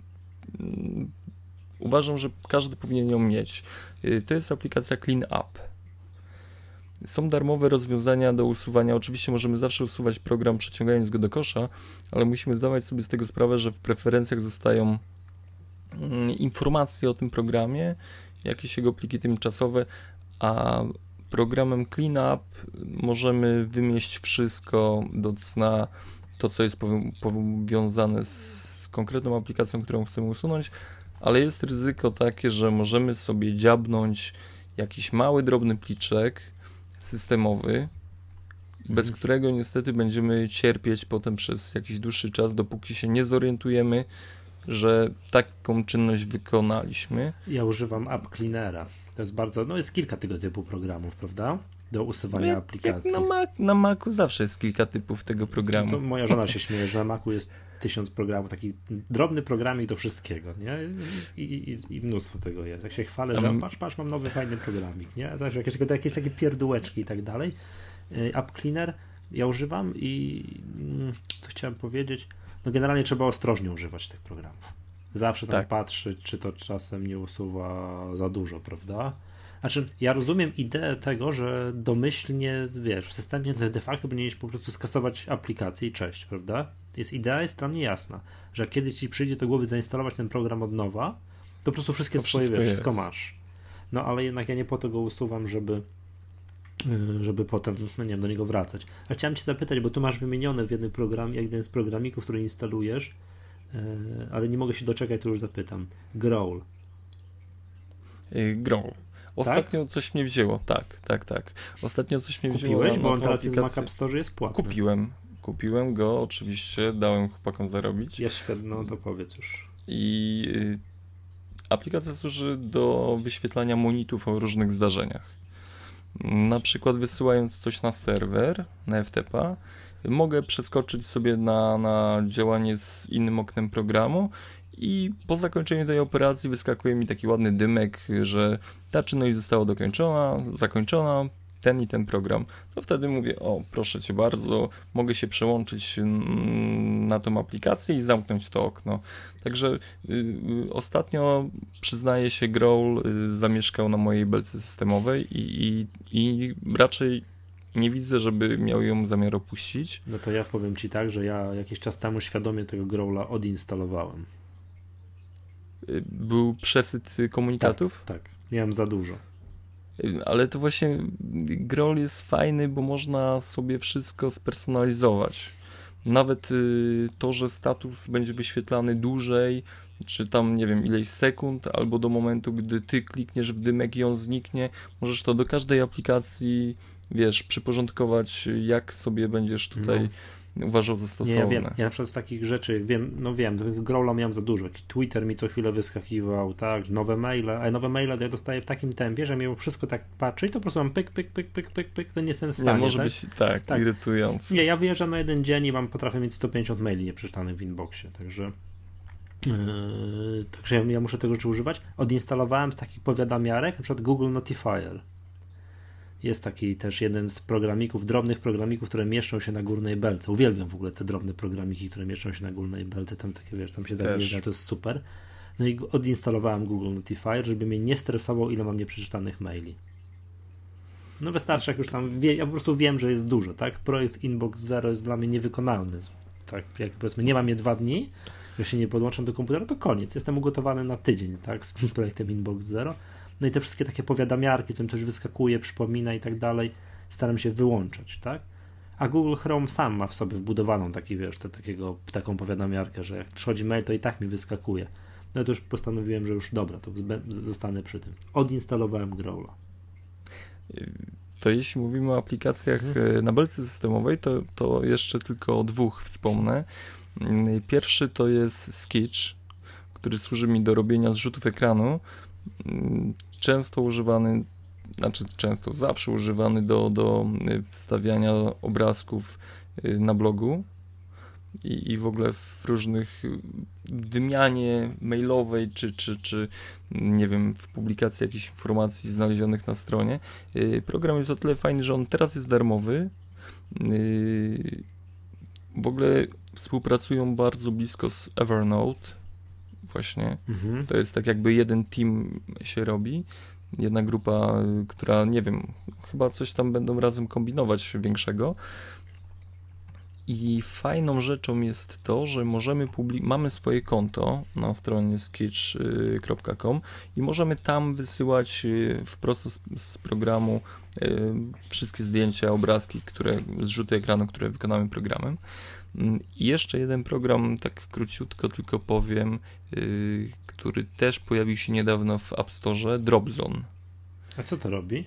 uważam, że każdy powinien ją mieć. Y, to jest aplikacja Clean Up. Są darmowe rozwiązania do usuwania. Oczywiście możemy zawsze usuwać program, przeciągając go do kosza, ale musimy zdawać sobie z tego sprawę, że w preferencjach zostają informacje o tym programie, jakieś jego pliki tymczasowe, a programem Cleanup możemy wymieść wszystko do cna, to co jest powiązane z konkretną aplikacją, którą chcemy usunąć, ale jest ryzyko takie, że możemy sobie dziabnąć jakiś mały, drobny pliczek systemowy, bez hmm. którego niestety będziemy cierpieć potem przez jakiś dłuższy czas, dopóki się nie zorientujemy, że taką czynność wykonaliśmy. Ja używam App Cleanera. To jest bardzo, no jest kilka tego typu programów, prawda? Do usuwania no jak, aplikacji. Jak na, Mac, na Macu zawsze jest kilka typów tego programu. No to moja żona się śmieje, że na Macu jest tysiąc programów, taki drobny programik do wszystkiego, nie? I, i, i mnóstwo tego jest. Jak się chwalę, że um, patrz, patrz, mam nowy, fajny programik, nie? Także jakieś, jakieś takie pierdółeczki i tak dalej. App Cleaner ja używam i co chciałem powiedzieć, no generalnie trzeba ostrożnie używać tych programów. Zawsze tam tak. patrzeć, czy to czasem nie usuwa za dużo, prawda? Znaczy, ja rozumiem ideę tego, że domyślnie, wiesz, w systemie de facto powinieneś po prostu skasować aplikację i cześć, prawda? Jest, idea jest dla mnie jasna, że jak kiedyś ci przyjdzie do głowy zainstalować ten program od nowa, to po prostu wszystkie to swoje, wszystko, wiesz, wszystko masz. No ale jednak ja nie po to go usuwam, żeby żeby potem, no nie wiem, do niego wracać. Ale chciałem cię zapytać, bo tu masz wymienione w jednym programie, jeden z programików, który instalujesz, ale nie mogę się doczekać, to już zapytam. Growl. Growl. Ostatnio tak? coś mnie wzięło, tak, tak, tak. Ostatnio coś mnie wzięło. Kupiłeś, bo on teraz jest w Mac App Store, jest płatny. Kupiłem, kupiłem go, oczywiście, dałem chłopakom zarobić. Jest świetny, no to powiedz już. I y, aplikacja służy do wyświetlania monitów o różnych zdarzeniach. Na przykład wysyłając coś na serwer, na F T P, mogę przeskoczyć sobie na, na działanie z innym oknem programu i po zakończeniu tej operacji wyskakuje mi taki ładny dymek, że ta czynność została dokończona, zakończona, ten i ten program. To wtedy mówię, o proszę cię bardzo, mogę się przełączyć na tą aplikację i zamknąć to okno. Także y, ostatnio, przyznaję się, Growl y, zamieszkał na mojej belce systemowej i, i, i raczej nie widzę, żeby miał ją zamiar opuścić. No to ja powiem ci tak, że ja jakiś czas temu świadomie tego Growla odinstalowałem. Był przesyt komunikatów? Tak, tak. Miałem za dużo. Ale to właśnie Growl jest fajny, bo można sobie wszystko spersonalizować. Nawet y, to, że status będzie wyświetlany dłużej, czy tam, nie wiem, ileś sekund, albo do momentu, gdy ty klikniesz w dymek i on zniknie, możesz to do każdej aplikacji, wiesz, przyporządkować, jak sobie będziesz tutaj no. uważał za stosowne. Nie, ja wiem, ja na przykład z takich rzeczy, wiem, no wiem, tego Growla miałem za dużo, jakiś Twitter mi co chwilę wyskakiwał, tak, nowe maile, a nowe maile ja dostaję w takim tempie, że mi wszystko tak patrzy i to po prostu mam pyk, pyk, pyk, pyk, pyk, pyk, to nie jestem w stanie. Nie, może tak? być tak, tak, irytujące. Nie, ja wyjeżdżam na jeden dzień i mam, potrafię mieć sto pięćdziesiąt maili nieprzeczytanych w inboxie, także yy, także ja, ja muszę tego rzeczy używać. Odinstalowałem z takich powiadamiarek, na przykład Google Notifier. Jest taki też jeden z programików, drobnych programików, które mieszczą się na górnej belce. Uwielbiam w ogóle te drobne programiki, które mieszczą się na górnej belce. Tam takie, wiesz, tam się zabiega, to jest super. No i odinstalowałem Google Notifier, żeby mnie nie stresował, ile mam nieprzeczytanych maili. No wystarczy, jak już tam wie, ja po prostu wiem, że jest dużo, tak? Projekt Inbox Zero jest dla mnie niewykonalny. Tak, jak powiedzmy, nie mam je dwa dni, że się nie podłączam do komputera, to koniec. Jestem ugotowany na tydzień, tak? Z projektem Inbox Zero. No i te wszystkie takie powiadamiarki, co mi coś wyskakuje, przypomina i tak dalej, staram się wyłączać, tak? A Google Chrome sam ma w sobie wbudowaną taki, wiesz, te, takiego, taką powiadamiarkę, że jak przychodzi mail, to i tak mi wyskakuje. No to już postanowiłem, że już dobra, to zostanę przy tym. Odinstalowałem Growla. To jeśli mówimy o aplikacjach hmm. na belce systemowej, to, to jeszcze tylko o dwóch wspomnę. Pierwszy to jest Sketch, który służy mi do robienia zrzutów ekranu. Często używany, znaczy często, zawsze używany do, do wstawiania obrazków na blogu i, i w ogóle w różnych wymianie mailowej, czy, czy, czy nie wiem, w publikacji jakichś informacji znalezionych na stronie. Program jest o tyle fajny, że on teraz jest darmowy. W ogóle współpracują bardzo blisko z Evernote. Właśnie. Mhm. To jest tak jakby jeden team się robi. Jedna grupa, która, nie wiem, chyba coś tam będą razem kombinować większego. I fajną rzeczą jest to, że możemy publik- mamy swoje konto na stronie sketch kropka com i możemy tam wysyłać wprost z, z programu y, wszystkie zdjęcia, obrazki, które, zrzuty ekranu, które wykonamy programem. I jeszcze jeden program, tak króciutko tylko powiem, y, który też pojawił się niedawno w App Store, Dropzone. A co to robi?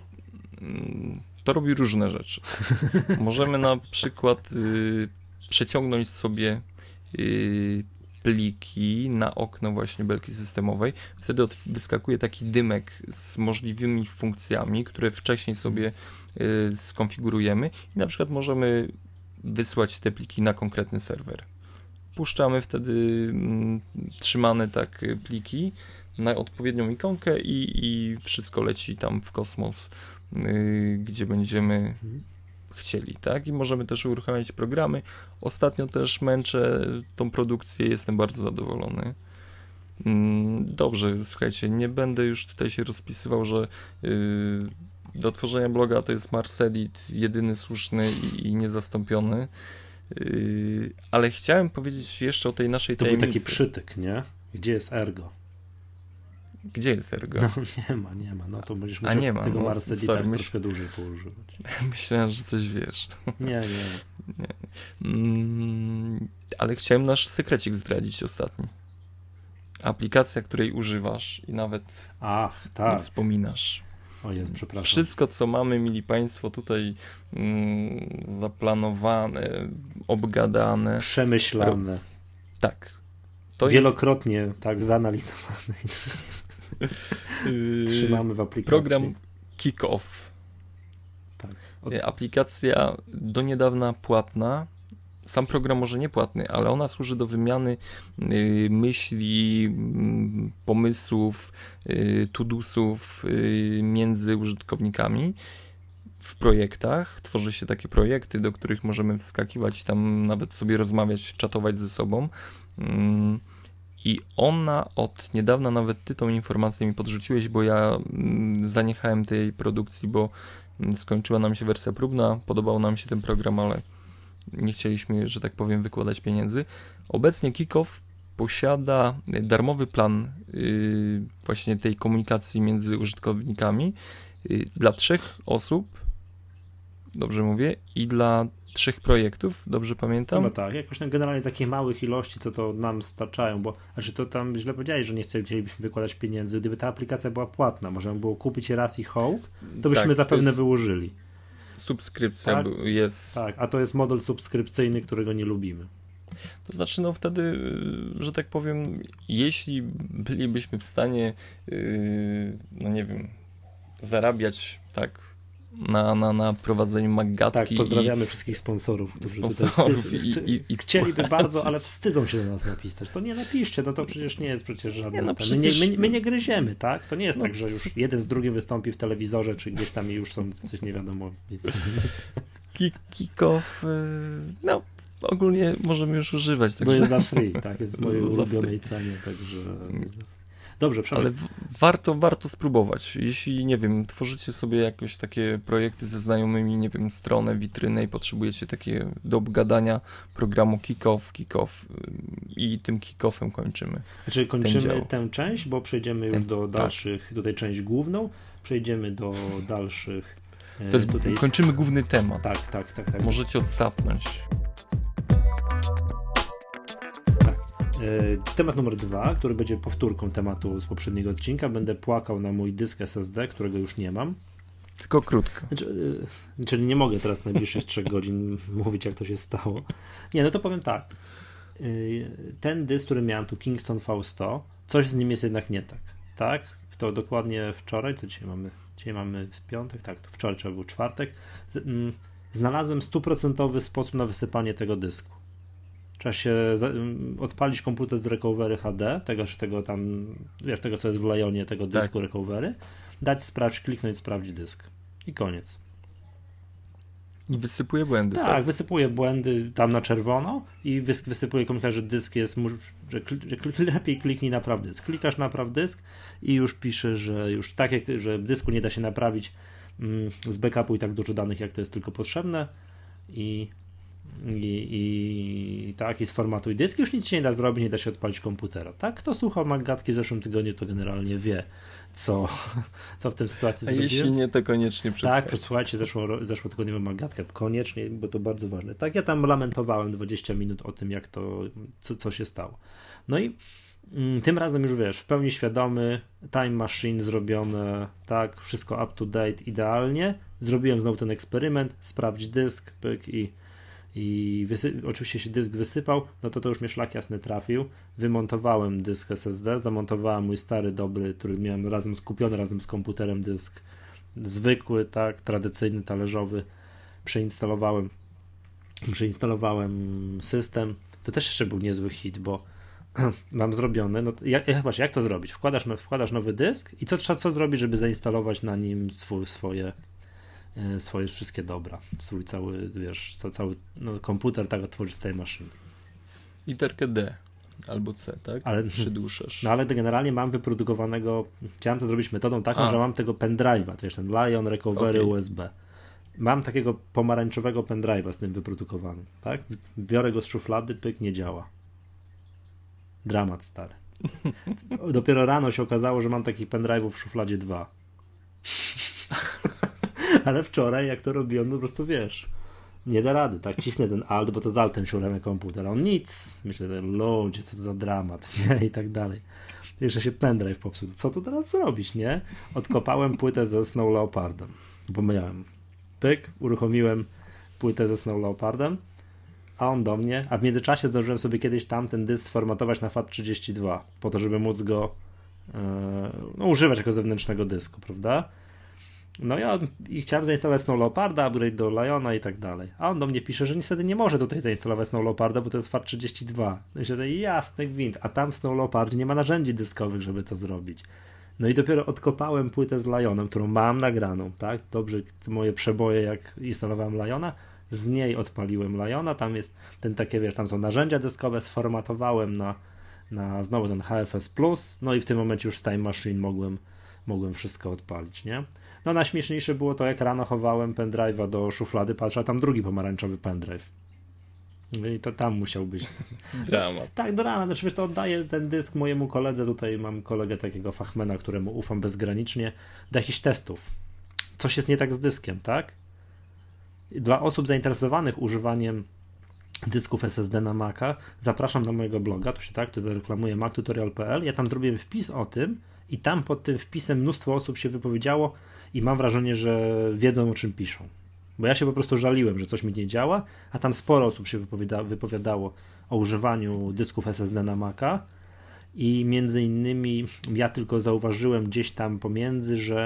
To robi różne rzeczy. Możemy na przykład y, przeciągnąć sobie y, pliki na okno właśnie belki systemowej. Wtedy od, wyskakuje taki dymek z możliwymi funkcjami, które wcześniej sobie y, skonfigurujemy i na przykład możemy wysłać te pliki na konkretny serwer. Puszczamy wtedy mm, trzymane tak pliki na odpowiednią ikonkę i, i wszystko leci tam w kosmos, yy, gdzie będziemy chcieli, tak? I możemy też uruchamiać programy. Ostatnio też męczę tą produkcję, jestem bardzo zadowolony. Yy, dobrze, słuchajcie, nie będę już tutaj się rozpisywał, że yy, do tworzenia bloga to jest Marsedit jedyny słuszny i, i niezastąpiony. Yy, ale chciałem powiedzieć jeszcze o tej naszej to tajemnicy. To był taki przytyk, nie? Gdzie jest Ergo? Gdzie jest Ergo? No nie ma, nie ma. No to będziesz musiał nie ma. tego no, Marsedita sorry, troszkę myśl... dłużej poużywać. Myślałem, że coś wiesz. Nie, nie. nie. Mm, ale chciałem nasz sekrecik zdradzić ostatni. Aplikacja, której używasz i nawet Ach, tak. wspominasz. O Jezu, przepraszam. Wszystko, co mamy, mili Państwo, tutaj mm, zaplanowane, obgadane. Przemyślane. Tak. To Wielokrotnie jest... tak zanalizowane. Trzymamy w aplikacji. Program Kickoff. Tak. Od... Aplikacja do niedawna płatna. Sam program może nie płatny, ale ona służy do wymiany y, myśli, y, pomysłów, y, to-dosów y, między użytkownikami w projektach. Tworzy się takie projekty, do których możemy wskakiwać, tam nawet sobie rozmawiać, czatować ze sobą. Y, I ona od niedawna, nawet ty tą informację mi podrzuciłeś, bo ja y, zaniechałem tej produkcji, bo y, skończyła nam się wersja próbna, podobał nam się ten program, ale nie chcieliśmy, że tak powiem, wykładać pieniędzy. Obecnie Kickoff posiada darmowy plan yy, właśnie tej komunikacji między użytkownikami yy, dla trzech osób, dobrze mówię, i dla trzech projektów, dobrze pamiętam? No tak, jakoś tam generalnie takich małych ilości, co to nam starczają, bo znaczy to tam źle powiedziałeś, że nie chcielibyśmy wykładać pieniędzy. Gdyby ta aplikacja była płatna, można było kupić raz i hołd, to byśmy tak, zapewne to jest... wyłożyli. Subskrypcja tak? jest... Tak, a to jest model subskrypcyjny, którego nie lubimy. To znaczy, no wtedy, że tak powiem, jeśli bylibyśmy w stanie, yy, no nie wiem, zarabiać tak na, na, na prowadzeniu Maggatki. Tak, pozdrawiamy i, wszystkich sponsorów, którzy sponsorów tutaj wstyd, i, i, i chcieliby bardzo, ale wstydzą się do nas napisać. To nie napiszcie, no to przecież nie jest przecież żadne. Nie, no przecież... my, nie, my, my nie gryziemy, tak? To nie jest no, tak, że już jeden z drugim wystąpi w telewizorze, czy gdzieś tam i już są coś nie wiadomo. Kickoff, no ogólnie możemy już używać. Także... Bo jest za free, tak, jest w mojej ulubionej cenie, także... Dobrze, Przemek. Ale w- warto, warto spróbować. Jeśli, nie wiem, tworzycie sobie jakieś takie projekty ze znajomymi, nie wiem, stronę, witrynę i potrzebujecie takie do obgadania programu Kickoff, Kickoff y, i tym Kickoffem kończymy. Znaczy kończymy dział. tę część, bo przejdziemy już Ten- do tak. dalszych, do tej część główną, przejdziemy do dalszych... e, To jest, tutaj... kończymy główny temat. Tak, tak, tak, tak. Możecie odsapnąć. E, Temat numer dwa, który będzie powtórką tematu z poprzedniego odcinka. Będę płakał na mój dysk S S D, którego już nie mam. Tylko krótko. Znaczy, e, czyli nie mogę teraz w najbliższych trzech godzin mówić, jak to się stało. Nie, no to powiem tak. E, Ten dysk, który miałem tu, Kingston V sto, coś z nim jest jednak nie tak. Tak? To dokładnie wczoraj, co dzisiaj mamy? Dzisiaj mamy piątek, tak, to wczoraj, czy był czwartek. Z, mm, znalazłem stuprocentowy sposób na wysypanie tego dysku. Trzeba się za, mm, odpalić komputer z recovery H D, tego, czy tego tam, wiesz, tego co jest w Lionie, tego dysku Tak. recovery, dać sprawdź, kliknąć sprawdź dysk i koniec. I wysypuje błędy. Tak, Tak, wysypuje błędy tam na czerwono i wys- wysypuje komunikat, że dysk jest, mu- że, kli- że kli- lepiej kliknij napraw dysk. Klikasz napraw dysk i już pisze, że już tak jak, że w dysku nie da się naprawić mm, z backupu i tak dużo danych, jak to jest tylko potrzebne i, i, i tak, i sformatuj dysk. Już nic się nie da zrobić, nie da się odpalić komputera. Tak, kto słuchał Maggatki w zeszłym tygodniu, to generalnie wie, co, co w tym sytuacji A zrobiłem. jeśli nie, to koniecznie Tak, przesłuchajcie. przesłuchajcie zeszło, zeszłotygodniową Maggatkę, koniecznie, bo to bardzo ważne. Tak, ja tam lamentowałem dwadzieścia minut o tym, jak to, co, co się stało. No i mm, tym razem już wiesz, w pełni świadomy, time machine zrobione, tak, wszystko up to date, idealnie. Zrobiłem znowu ten eksperyment, sprawdź dysk, pyk i, i wysy- oczywiście się dysk wysypał, no to to już mnie szlak jasny trafił. Wymontowałem dysk S S D, zamontowałem mój stary, dobry, który miałem razem skupiony razem z komputerem dysk zwykły, tak, tradycyjny, talerzowy, przeinstalowałem przeinstalowałem system, to też jeszcze był niezły hit, bo mam zrobione, no jak, jak, jak to zrobić? Wkładasz, wkładasz nowy dysk i co trzeba co zrobić, żeby zainstalować na nim swój, swoje swoje wszystkie dobra, swój cały, wiesz, cały no, komputer, tak, otworzyć z tej maszyny. Literkę D albo C, tak? Ale, Przydłużasz. no ale to generalnie mam wyprodukowanego, chciałem to zrobić metodą taką, A. że mam tego pendrive'a, wiesz, ten Lion Recovery Okay. U S B. Mam takiego pomarańczowego pendrive'a z tym wyprodukowanym, tak? Biorę go z szuflady, pyk, nie działa. Dramat stary. Dopiero rano się okazało, że mam takich pendrive'ów w szufladzie dwa. Ale wczoraj, jak to robiłem, no po prostu wiesz, nie da rady, tak? Cisnę ten alt, bo to z altem się uruchamia komputer, a on nic. Myślę, że ludzie, co to za dramat, nie? I tak dalej. Jeszcze się pendrive popsuł. Co tu teraz zrobić, nie? Odkopałem płytę ze Snow Leopardem, bo miałem pyk, uruchomiłem płytę ze Snow Leopardem, a on do mnie, a w międzyczasie zdążyłem sobie kiedyś tam ten dysk sformatować na FAT trzydzieści dwa, po to, żeby móc go yy, no, używać jako zewnętrznego dysku, prawda? No ja i chciałem zainstalować Snow Leoparda, upgrade do Liona i tak dalej. A on do mnie pisze, że niestety nie może tutaj zainstalować Snow Leoparda, bo to jest FAT trzydzieści dwa. No i się daje jasny gwint, a tam w Snow Leopardzie nie ma narzędzi dyskowych, żeby to zrobić. No i dopiero odkopałem płytę z Lionem, którą mam nagraną, tak? Dobrze, moje przeboje, jak instalowałem Liona, z niej odpaliłem Liona, tam jest ten takie, wiesz, tam są narzędzia dyskowe, sformatowałem na, na znowu ten H F S plus, no i w tym momencie już z Time Machine mogłem, mogłem wszystko odpalić, nie? No najśmieszniejsze było to, jak rano chowałem pendrive'a do szuflady, patrzę, a tam drugi pomarańczowy pendrive. No i to tam musiał być. Dramat. Tak, do rana, znaczy wiesz, to oddaję ten dysk mojemu koledze, tutaj mam kolegę takiego fachmana, któremu ufam bezgranicznie, do jakichś testów. Coś jest nie tak z dyskiem, tak? Dla osób zainteresowanych używaniem dysków S S D na Maca, zapraszam na mojego bloga, tu się tak, tu zareklamuję mac tutorial kropka p l, ja tam zrobiłem wpis o tym i tam pod tym wpisem mnóstwo osób się wypowiedziało i mam wrażenie, że wiedzą, o czym piszą. Bo ja się po prostu żaliłem, że coś mi nie działa, a tam sporo osób się wypowiada, wypowiadało o używaniu dysków S S D na Maca i między innymi ja tylko zauważyłem gdzieś tam pomiędzy, że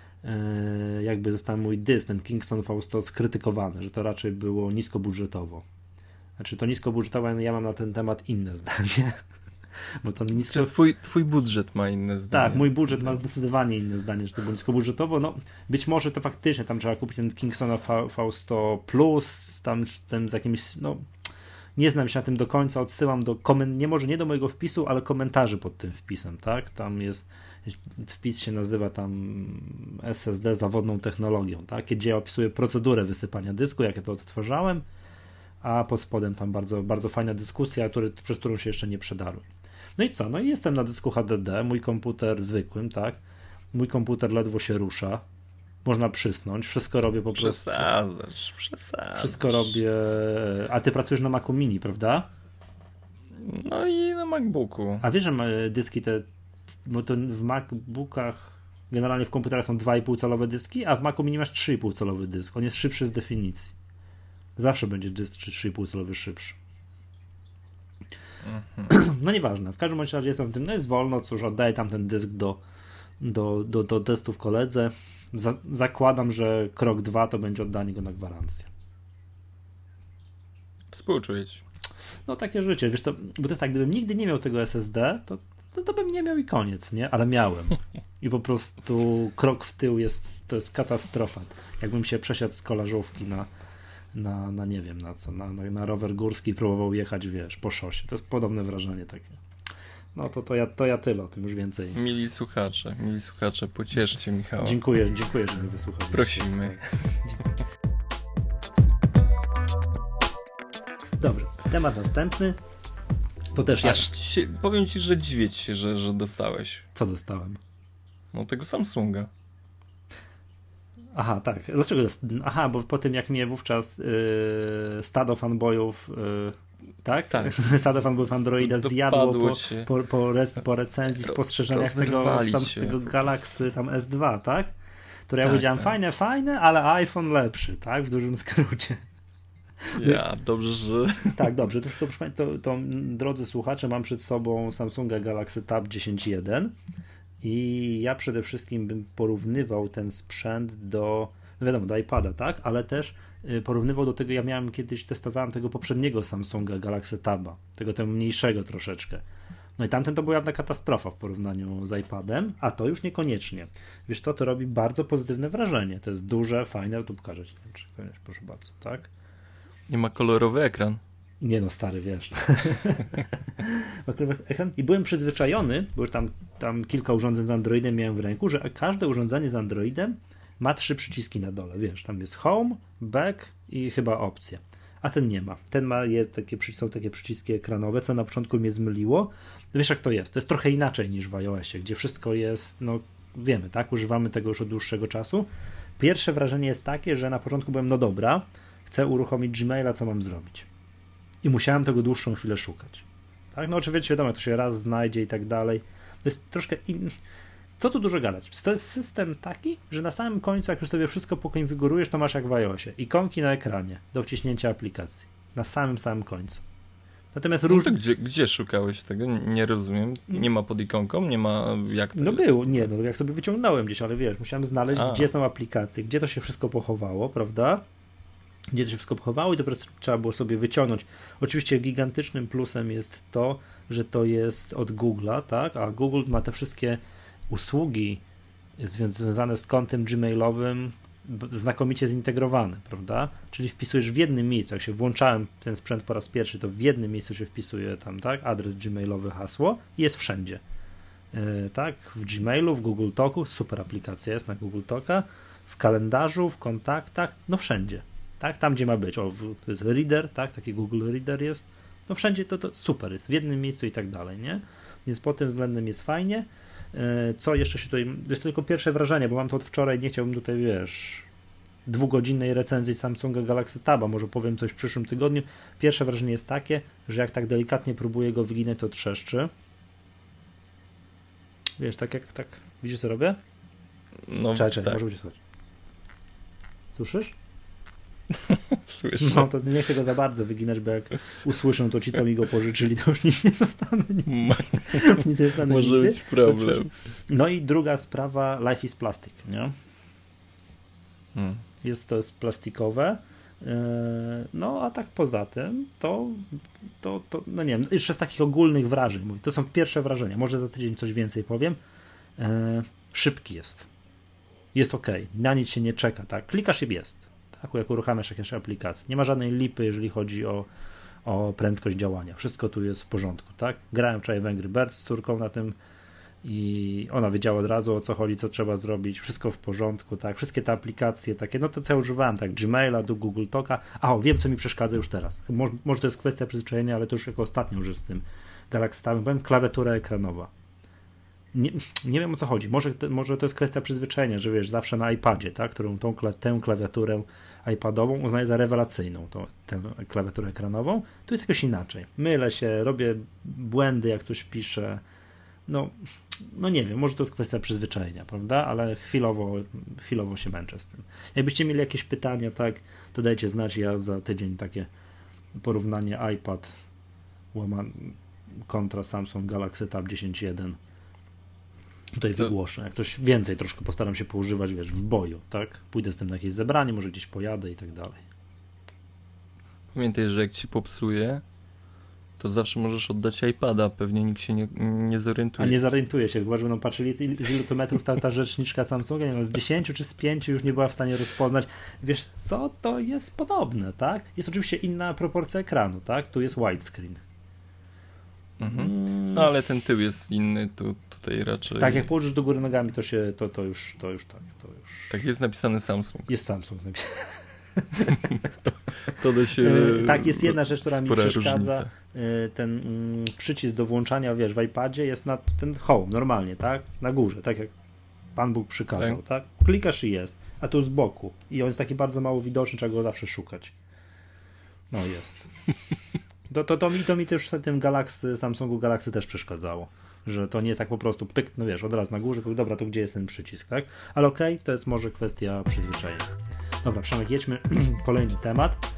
e, jakby został mój dysk, ten Kingston V sto skrytykowany, że to raczej było niskobudżetowo. Znaczy to niskobudżetowe, ja mam na ten temat inne zdanie. Bo to nisko... Czy twój, twój budżet ma inne zdanie? Tak, mój budżet ma zdecydowanie inne zdanie, że to było niskobudżetowo. No, być może to faktycznie tam trzeba kupić ten Kingston V sto Plus, tam, tam z jakimiś, no nie znam się na tym do końca, odsyłam do komen- nie może nie do mojego wpisu, ale komentarzy pod tym wpisem, tak? Tam jest, wpis się nazywa tam S S D zawodną technologią, tak? Gdzie ja opisuję procedurę wysypania dysku, jak ja to odtwarzałem, a pod spodem tam bardzo, bardzo fajna dyskusja, który, przez którą się jeszcze nie przedarłem. No i co? No i jestem na dysku H D D, mój komputer zwykłym, tak? Mój komputer ledwo się rusza, można przysnąć, wszystko robię po prostu. Przesadzasz, przesadzasz. Wszystko robię, a ty pracujesz na Macu Mini, prawda? No i na MacBooku. A wiesz, że dyski te, bo to w MacBookach generalnie w komputerach są dwa i pół calowe dyski, a w Macu Mini masz trzy i pół calowy dysk. On jest szybszy z definicji. Zawsze będzie dysk trzy i pół calowy szybszy. Mhm. No nieważne, w każdym razie jestem w tym, no jest wolno, cóż, oddaję tam ten dysk do, do, do, do testów koledze. Za, zakładam, że krok dwa to będzie oddanie go na gwarancję. Współczuję ci. No takie życie, wiesz co, bo to jest tak, gdybym nigdy nie miał tego S S D, to, to, to bym nie miał i koniec, nie? Ale miałem. I po prostu krok w tył jest, to jest katastrofa. Jakbym się przesiadł z kolażówki na, na, na nie wiem na co, na, na, na rower górski i próbował jechać, wiesz, po szosie. To jest podobne wrażenie takie. No to, to, ja, to ja tyle, o tym już więcej. Mili słuchacze, mili słuchacze, pocieszcie Michała. Dziękuję, dziękuję, że mnie wysłuchali. Prosimy. Dobrze, temat następny. To też Aż ja. się, powiem ci, że dziwię się, że, że dostałeś. Co dostałem? No tego Samsunga. Aha, tak. Dlaczego? Aha, bo po tym jak mnie wówczas yy, stado fanboyów yy, tak? tak. Stado fanboyów Androida zjadło po, po, po, re, po recenzji, Ro, spostrzeżeniach z tego, tam, z tego Galaxy tam S dwa, tak? Które ja tak, powiedziałem, tak. fajne, fajne, ale iPhone lepszy, tak? W dużym skrócie. Ja, dobrze, że... Tak, dobrze. To, to, to, to, drodzy słuchacze, mam przed sobą Samsunga Galaxy Tab dziesięć jeden i ja przede wszystkim bym porównywał ten sprzęt do, no wiadomo, do iPada, tak? Ale też porównywał do tego, ja miałem kiedyś, testowałem tego poprzedniego Samsunga Galaxy Taba, tego tego mniejszego troszeczkę. No i tamten to była jawna katastrofa w porównaniu z iPadem, a to już niekoniecznie. Wiesz co, to robi bardzo pozytywne wrażenie. To jest duże, fajne, tu pokażę ci, proszę bardzo, tak? Nie ma kolorowy ekran. Nie no, stary, wiesz. ekran. I byłem przyzwyczajony, bo już tam, tam kilka urządzeń z Androidem miałem w ręku, że każde urządzenie z Androidem ma trzy przyciski na dole, wiesz, tam jest Home, Back i chyba opcje. A ten nie ma. Ten ma je, takie, są takie przyciski ekranowe, co na początku mnie zmyliło. Wiesz jak to jest? To jest trochę inaczej niż w iOSie, gdzie wszystko jest, no wiemy, tak? Używamy tego już od dłuższego czasu. Pierwsze wrażenie jest takie, że na początku byłem, no dobra, chcę uruchomić Gmaila, co mam zrobić? I musiałem tego dłuższą chwilę szukać. Tak? No oczywiście wiadomo, to się raz znajdzie i tak dalej. To jest troszkę in... Co tu dużo gadać? To jest system taki, że na samym końcu, jak już sobie wszystko pokonfigurujesz, to masz jak w iOSie. Ikonki na ekranie do wciśnięcia aplikacji. Na samym, samym końcu. Natomiast róż... no to gdzie, gdzie szukałeś tego? Nie rozumiem. Nie ma pod ikonką? Nie ma jak to No jest? było, nie, no jak sobie wyciągnąłem gdzieś, ale wiesz, musiałem znaleźć, A. gdzie są aplikacje, gdzie to się wszystko pochowało, prawda? Gdzie to się wszystko pochowało i dopiero trzeba było sobie wyciągnąć. Oczywiście gigantycznym plusem jest to, że to jest od Google'a, tak? A Google ma te wszystkie usługi związane z kontem gmailowym znakomicie zintegrowane, prawda? Czyli wpisujesz w jednym miejscu, jak się włączałem ten sprzęt po raz pierwszy, to w jednym miejscu się wpisuje tam, tak? Adres gmailowy, hasło i jest wszędzie. Yy, tak? W Gmailu, w Google Talku, super aplikacja jest na Google Talka, w kalendarzu, w kontaktach, no wszędzie. Tak, tam gdzie ma być, o, to jest Reader, tak, taki Google Reader jest, no wszędzie to, to super jest, w jednym miejscu i tak dalej, nie? Więc pod tym względem jest fajnie. Co jeszcze się tutaj, to jest tylko pierwsze wrażenie, bo mam to od wczoraj, nie chciałbym tutaj, wiesz, dwugodzinnej recenzji Samsunga Galaxy Taba, może powiem coś w przyszłym tygodniu. Pierwsze wrażenie jest takie, że jak tak delikatnie próbuję go wyginać, to trzeszczy. Wiesz, tak jak, tak, widzisz co robię? No, czekaj, czekaj, tak. może być słychać. Słyszysz? Słyszę. No to nie chcę go za bardzo wyginać, bo jak usłyszą to ci, co mi go pożyczyli, to już nic nie dostanę. Nic nie dostanę Może nigdy. być problem. No i druga sprawa, Life is Plastic, nie? Hmm. Jest to jest plastikowe. No a tak poza tym, to, to, to no nie wiem, jeszcze z takich ogólnych wrażeń, mówię, to są pierwsze wrażenia, może za tydzień coś więcej powiem. Szybki jest. Jest ok, na nic się nie czeka, tak? Klikasz i jest. Tak, jak uruchamiasz jakieś aplikacje. Nie ma żadnej lipy, jeżeli chodzi o, o prędkość działania. Wszystko tu jest w porządku, tak? Grałem wczoraj w Angry Birds z córką na tym i ona wiedziała od razu, o co chodzi, co trzeba zrobić, wszystko w porządku, tak? Wszystkie te aplikacje takie, no to co ja używałem, tak? Gmaila, do Google Talka. A, o, wiem, co mi przeszkadza już teraz. Może, może to jest kwestia przyzwyczajenia, ale to już jako ostatnio już z tym Galaxy Tabem, powiem, klawiatura ekranowa. Nie, nie wiem, o co chodzi. Może, może to jest kwestia przyzwyczajenia, że wiesz, zawsze na iPadzie, tak, którą tą tę klawiaturę iPadową uznaję za rewelacyjną, tą, tę klawiaturę ekranową, tu jest jakoś inaczej. Mylę się, robię błędy, jak coś piszę. No, no nie wiem, może to jest kwestia przyzwyczajenia, prawda? Ale chwilowo, chwilowo się męczę z tym. Jakbyście mieli jakieś pytania, tak, to dajcie znać, ja za tydzień takie porównanie iPad łama, kontra Samsung Galaxy Tab dziesięć jeden tutaj to... wygłoszę. Jak coś więcej troszkę postaram się poużywać, wiesz, w boju, tak? Pójdę z tym na jakieś zebranie, może gdzieś pojadę i tak dalej. Pamiętaj, że jak ci popsuje, to zawsze możesz oddać iPada, pewnie nikt się nie, nie zorientuje. A nie zorientuje się, chyba że będą patrzyli, z ilu to metrów ta, ta rzeczniczka Samsunga, nie wiem, z dziesięciu czy z pięciu już nie była w stanie rozpoznać. Wiesz co, to jest podobne, tak? Jest oczywiście inna proporcja ekranu, tak? Tu jest widescreen. Mhm. No ale ten tył jest inny, tu, tutaj raczej... Tak, jak położysz do góry nogami, to się, to, to już, to już tak, to już... Tak, jest napisany Samsung. Jest Samsung napisany. to, to da się... Tak, jest jedna rzecz, która mi przeszkadza. Różnica. Ten mm, przycisk do włączania, wiesz, w iPadzie jest na ten home, normalnie, tak? Na górze, tak jak Pan Bóg przykazał, tak? tak? Klikasz i jest, a tu z boku. I on jest taki bardzo mało widoczny, trzeba go zawsze szukać. No jest. To, to, to, mi, to mi też w tym Galaxy, Samsungu Galaxy też przeszkadzało, że to nie jest tak po prostu pyk, no wiesz, od razu na górze, dobra, to gdzie jest ten przycisk, tak? Ale okej, okay, to jest może kwestia przyzwyczajenia. Dobra, Przemek, jedźmy kolejny temat.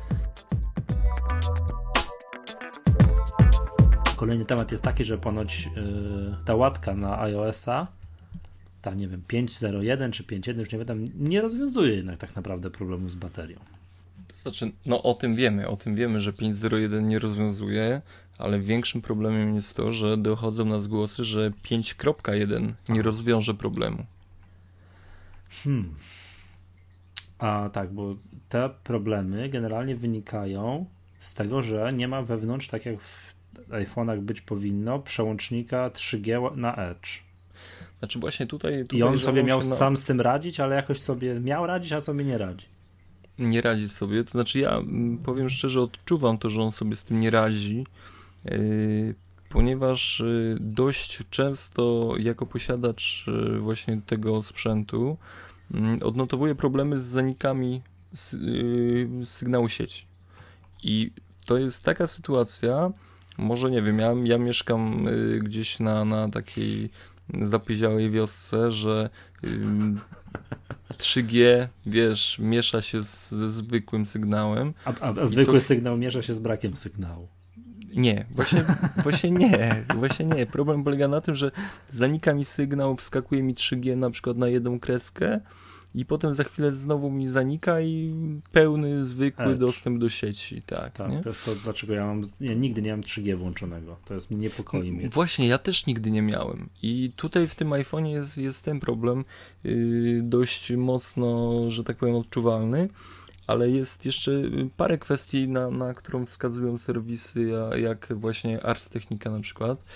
Kolejny temat jest taki, że ponoć yy, ta łatka na iOS-a, ta nie wiem, pięć zero jeden czy pięć jeden, już nie wiem, nie rozwiązuje jednak tak naprawdę problemu z baterią. Znaczy, no o tym wiemy, o tym wiemy, że pięć zero jeden nie rozwiązuje, ale większym problemem jest to, że dochodzą nas głosy, że pięć jeden nie rozwiąże problemu. Hmm. A tak, bo te problemy generalnie wynikają z tego, że nie ma wewnątrz, tak jak w iPhone'ach być powinno, przełącznika trzy G na Edge. Znaczy właśnie tutaj... tutaj I on sobie miał na... sam z tym radzić, ale jakoś sobie miał radzić, a sobie nie radzi. Nie radzi sobie, to znaczy ja powiem szczerze, odczuwam to, że on sobie z tym nie radzi, yy, ponieważ yy, dość często jako posiadacz yy, właśnie tego sprzętu yy, odnotowuję problemy z zanikami sy- yy, sygnału sieci. I to jest taka sytuacja, może nie wiem, ja, ja mieszkam yy, gdzieś na, na takiej zapyziałej wiosce, że yy, trzy G, wiesz, miesza się z, ze zwykłym sygnałem. A, a, a zwykły co... sygnał miesza się z brakiem sygnału. Nie, właśnie, właśnie nie, właśnie nie. Problem polega na tym, że zanika mi sygnał, wskakuje mi trzy G na przykład na jedną kreskę i potem za chwilę znowu mi zanika i pełny, zwykły Edge. Dostęp do sieci. Tak, tak nie? To jest to, dlaczego ja mam, ja nigdy nie mam trzy G włączonego. To jest, niepokoi mnie. Właśnie, ja też nigdy nie miałem. I tutaj w tym iPhone'ie jest, jest ten problem yy, dość mocno, że tak powiem, odczuwalny. Ale jest jeszcze parę kwestii, na, na którą wskazują serwisy, jak właśnie Ars Technica na przykład,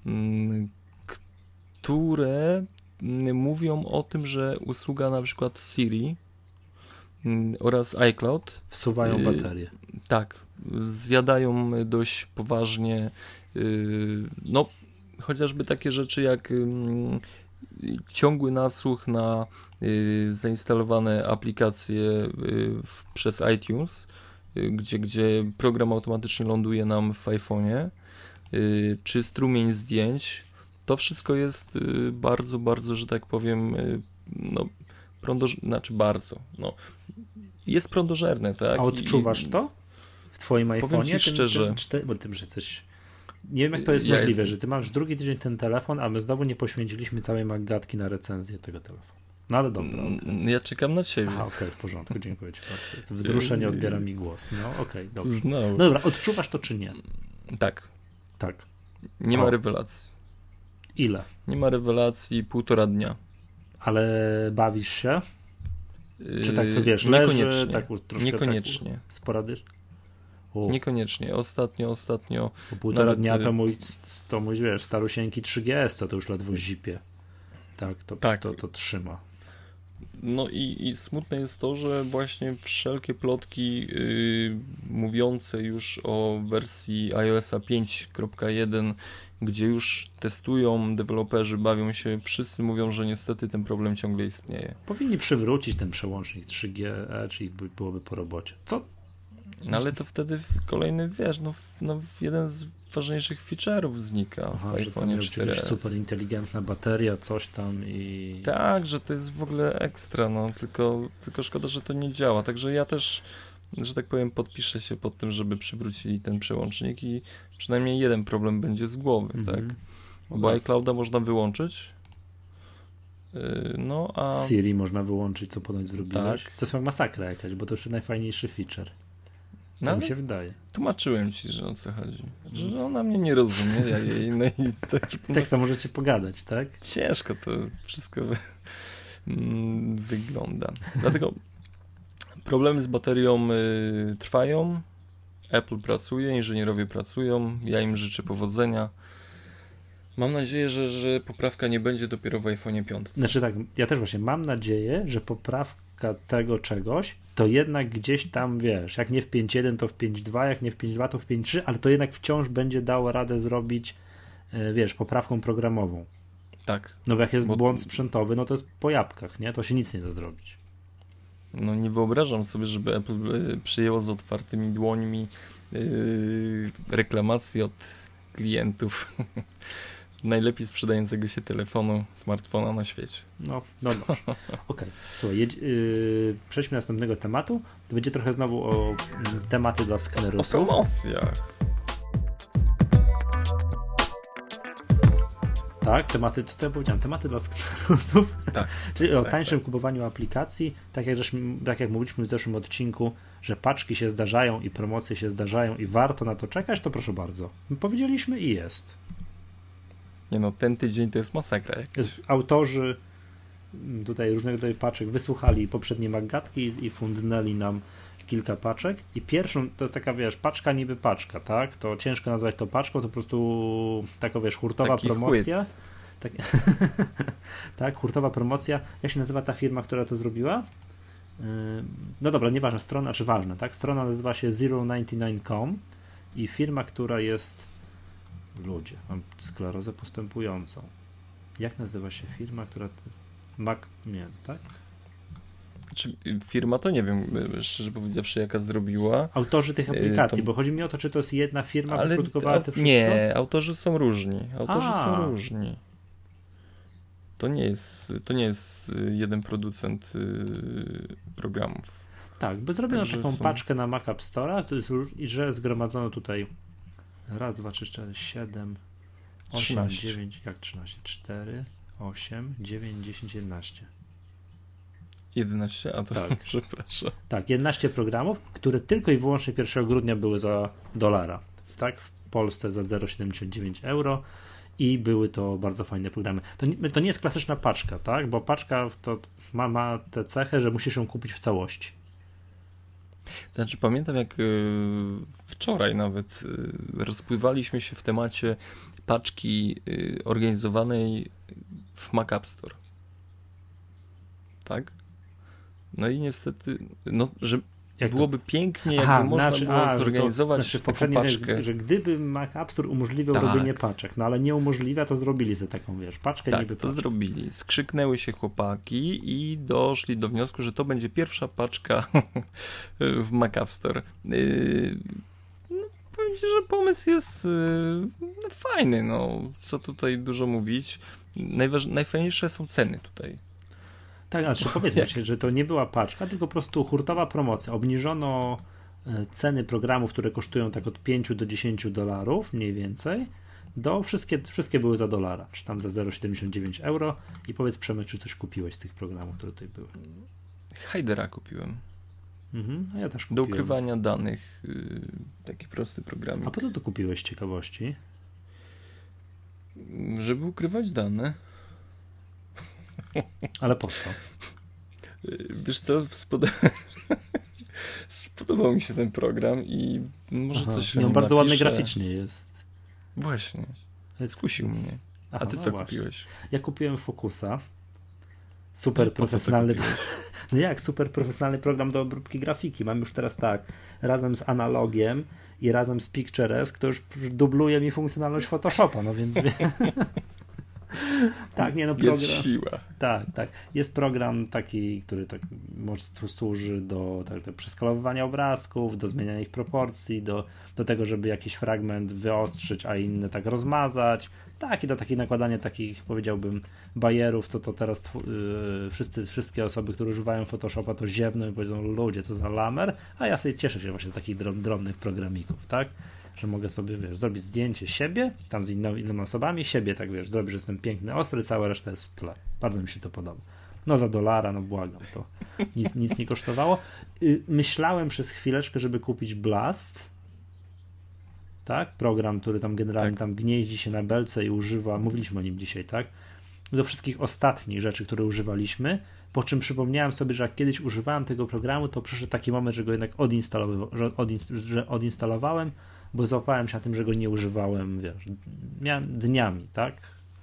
które mówią o tym, że usługa na przykład Siri oraz iCloud wsuwają baterię. Tak, zjadają dość poważnie, no chociażby takie rzeczy jak ciągły nasłuch na y, zainstalowane aplikacje y, w, przez iTunes, y, gdzie, gdzie program automatycznie ląduje nam w iPhone'ie, y, czy strumień zdjęć. To wszystko jest y, bardzo, bardzo, że tak powiem, y, no, prądoż... znaczy bardzo, no, jest prądożerne, tak? A odczuwasz I, to w twoim iPhone'ie? Powiem ci szczerze. Tym, tym, bo tym, że coś... Nie wiem, jak to jest ja możliwe, jestem... że ty masz drugi tydzień ten telefon, a my znowu nie poświęciliśmy całej magatki na recenzję tego telefonu. No ale dobra. Okay. Ja czekam na ciebie. Aha, okej, okay, w porządku, dziękuję ci bardzo. Wzruszenie odbiera mi głos. No okej, okay, dobrze. No. no dobra, odczuwasz to czy nie? Tak. Tak. Nie o. ma rewelacji. Ile? Nie ma rewelacji półtora dnia. Ale bawisz się? Czy tak, wiesz, niekoniecznie. leży, tak troszkę Niekoniecznie. Tak sporadycznie? U. Niekoniecznie. Ostatnio, ostatnio... Po półtora nawet... dnia to mój, to mój, wiesz, starusieńki trzy G S, co to już ledwo zipie. Tak, to, Tak. to, to trzyma. No i, i smutne jest to, że właśnie wszelkie plotki yy, mówiące już o wersji iOS pięć kropka jeden, gdzie już testują, deweloperzy bawią się, wszyscy mówią, że niestety ten problem ciągle istnieje. Powinni przywrócić ten przełącznik trzy G E, czyli byłoby po robocie. Co? No ale to wtedy kolejny, wiesz, no, no jeden z ważniejszych feature'ów znika Aha, w że tam iPhone cztery S. super inteligentna bateria, coś tam i... Tak, że to jest w ogóle ekstra, no tylko, tylko szkoda, że to nie działa. Także ja też, że tak powiem, podpiszę się pod tym, żeby przywrócili ten przełącznik i przynajmniej jeden problem będzie z głowy, Mhm. tak? Bo iClouda można wyłączyć. Yy, no a. Siri można wyłączyć, co ponoć zrobiłeś. Tak. To jest masakra jakaś, bo to już najfajniejszy feature. No, Tak mi się wydaje. Tłumaczyłem ci, że o co chodzi. Że ona mnie nie rozumie, ja jej. No i tak, no, Tak samo możecie pogadać, tak? ciężko to wszystko wy, mm, wygląda. Dlatego problemy z baterią y, trwają. Apple pracuje, inżynierowie pracują. Ja im życzę powodzenia. Mam nadzieję, że, że poprawka nie będzie dopiero w iPhone'ie pięć. Znaczy tak, ja też właśnie mam nadzieję, że poprawka tego czegoś to jednak gdzieś tam, wiesz, jak nie w pięć jeden, to w pięć dwa, jak nie w pięć dwa, to w pięć trzy, ale to jednak wciąż będzie dało radę zrobić, wiesz, poprawką programową. Tak. No bo jak jest Bo... błąd sprzętowy, no to jest po jabłkach, nie? To się nic nie da zrobić. No nie wyobrażam sobie, żeby Apple y, przyjęło z otwartymi dłońmi y, reklamacje od klientów najlepiej sprzedającego się telefonu, smartfona na świecie. No, no dobrze. Okej, okay. Słuchaj, jedź, yy, przejdźmy do następnego tematu. To będzie trochę znowu o y, tematy dla sklerosów. O promocjach. Tak, tematy, co to ja powiedziałem? Tematy dla sklerosów. Tak. Czyli o tak, tańszym tak. kupowaniu aplikacji, tak jak, żeśmy, tak jak mówiliśmy w zeszłym odcinku, że paczki się zdarzają i promocje się zdarzają i warto na to czekać, to proszę bardzo. My powiedzieliśmy i jest. Nie no, ten tydzień to jest masakra. Jest, autorzy tutaj różnych rodzajów paczek wysłuchali poprzednie magatki i, i fundnęli nam kilka paczek i pierwszą, to jest taka, wiesz, paczka niby paczka, tak? To ciężko nazwać to paczką, to po prostu taka, wiesz, hurtowa Taki promocja. Tak, tak, hurtowa promocja. Jak się nazywa ta firma, która to zrobiła? No dobra, nieważna strona, czy ważna, tak? Strona nazywa się zero dziewięćdziesiąt dziewięć kropka com i firma, która jest ludzie, mam sklerozę postępującą. Jak nazywa się firma, która Mac, nie, tak? Czy firma to nie wiem, szczerze powiedziawszy, jaka zrobiła. Autorzy tych aplikacji, to... bo chodzi mi o to, czy to jest jedna firma, ale wyprodukowała te wszystko? Nie, autorzy są różni. Autorzy A. są różni. To nie jest, to nie jest jeden producent programów. Tak, by zrobiono Także taką są... paczkę na Mac App Store, to jest, i że zgromadzono tutaj raz, dwa, trzy, cztery, siedem, osiem, dziewięć, jak trzynaście, cztery, osiem, dziewięć, dziesięć, jedenaście. jedenaście? A to tak. Przepraszam. Tak, jedenaście programów, które tylko i wyłącznie pierwszego grudnia były za dolara. Tak, w Polsce za zero przecinek siedemdziesiąt dziewięć euro i były to bardzo fajne programy. To nie, to nie jest klasyczna paczka, tak, bo paczka to ma, ma tę cechę, że musisz ją kupić w całości. Znaczy pamiętam jak yy, wczoraj nawet yy, rozpływaliśmy się w temacie paczki yy, organizowanej w Mac App Store. Tak? No i niestety, no, że jak byłoby to? pięknie, jakby Aha, można znaczy, było a, zorganizować to, znaczy w poprzednim paczkę. Że, że gdyby Mac App Store umożliwiał tak. robienie paczek, no ale nie umożliwia, to zrobili sobie taką, wiesz, paczkę tak, niby to paczkę. zrobili. Skrzyknęły się chłopaki i doszli do wniosku, że to będzie pierwsza paczka w Mac App Store. Yy, no, powiem ci, że pomysł jest yy, no, fajny, no, co tutaj dużo mówić. Najważ... Najfajniejsze są ceny tutaj. Tak, znaczy powiedzmy się, że to nie była paczka, tylko po prostu hurtowa promocja. Obniżono ceny programów, które kosztują tak od pięć do dziesięciu dolarów mniej więcej, do wszystkie, wszystkie były za dolara, czy tam za zero przecinek siedemdziesiąt dziewięć euro i powiedz Przemek, czy coś kupiłeś z tych programów, które tutaj były? Hidera kupiłem. Mhm, a ja też kupiłem. Do ukrywania danych, yy, taki prosty program. A po co to kupiłeś z ciekawości? Żeby ukrywać dane. Ale po co? Wiesz co, spoda... Spodobał mi się ten program i może Aha, coś nie, o on nim bardzo ładny napiszę. graficznie jest. Właśnie, jest skusił mnie. Aha, A ty no co właśnie. kupiłeś? Ja kupiłem Focusa. Super Po co to profesjonalny. kupiłeś? No jak, super profesjonalny program do obróbki grafiki. Mam już teraz tak, razem z analogiem i razem z Picturesque, to już dubluje mi funkcjonalność Photoshopa, no więc... tak, nie no, program... Jest siła. Tak, tak. Jest program taki, który tak może służy do tak, do przeskalowywania obrazków, do zmieniania ich proporcji, do, do tego, żeby jakiś fragment wyostrzyć, a inny tak rozmazać. Tak, i do takiego nakładania takich, powiedziałbym, bajerów, co to teraz yy, wszyscy, wszystkie osoby, które używają Photoshopa, to ziewną i powiedzą, ludzie, co za lamer, a ja sobie cieszę się właśnie z takich drob, drobnych programików, tak? Że mogę sobie, wiesz, zrobić zdjęcie siebie, tam z innymi, innymi osobami, siebie, tak wiesz, zrobić, że jestem piękny, ostry, cała reszta jest w tle. Bardzo mi się to podoba. No za dolara, no błagam, to nic, nic nie kosztowało. Myślałem przez chwileczkę, żeby kupić Blast, tak? Program, który tam generalnie tak. tam gnieździ się na belce i używa, mówiliśmy o nim dzisiaj, tak? Do wszystkich ostatnich rzeczy, które używaliśmy, po czym przypomniałem sobie, że jak kiedyś używałem tego programu, to przyszedł taki moment, że go jednak odinstalowałem, że, odinst- że odinstalowałem, bo złapałem się na tym, że go nie używałem, wiesz, miałem dniami, tak?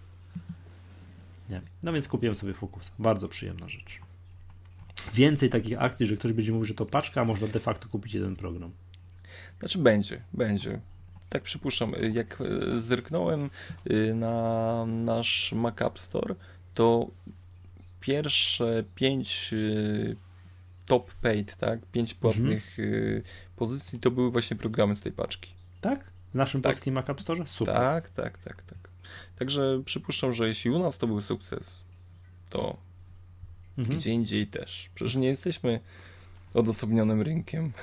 Dniami. No więc kupiłem sobie Focusa. Bardzo przyjemna rzecz. Więcej takich akcji, że ktoś będzie mówił, że to paczka, a można de facto kupić jeden program. Znaczy będzie, będzie. Tak przypuszczam. Jak zerknąłem na nasz Mac App Store, to pierwsze pięć top paid, tak? Pięć płatnych mhm. pozycji to były właśnie programy z tej paczki. Tak? W naszym tak. polskim Mac App Store? Super. Tak, tak, tak, tak. Także przypuszczam, że jeśli u nas to był sukces, to mhm. gdzie indziej też. Przecież nie jesteśmy odosobnionym rynkiem.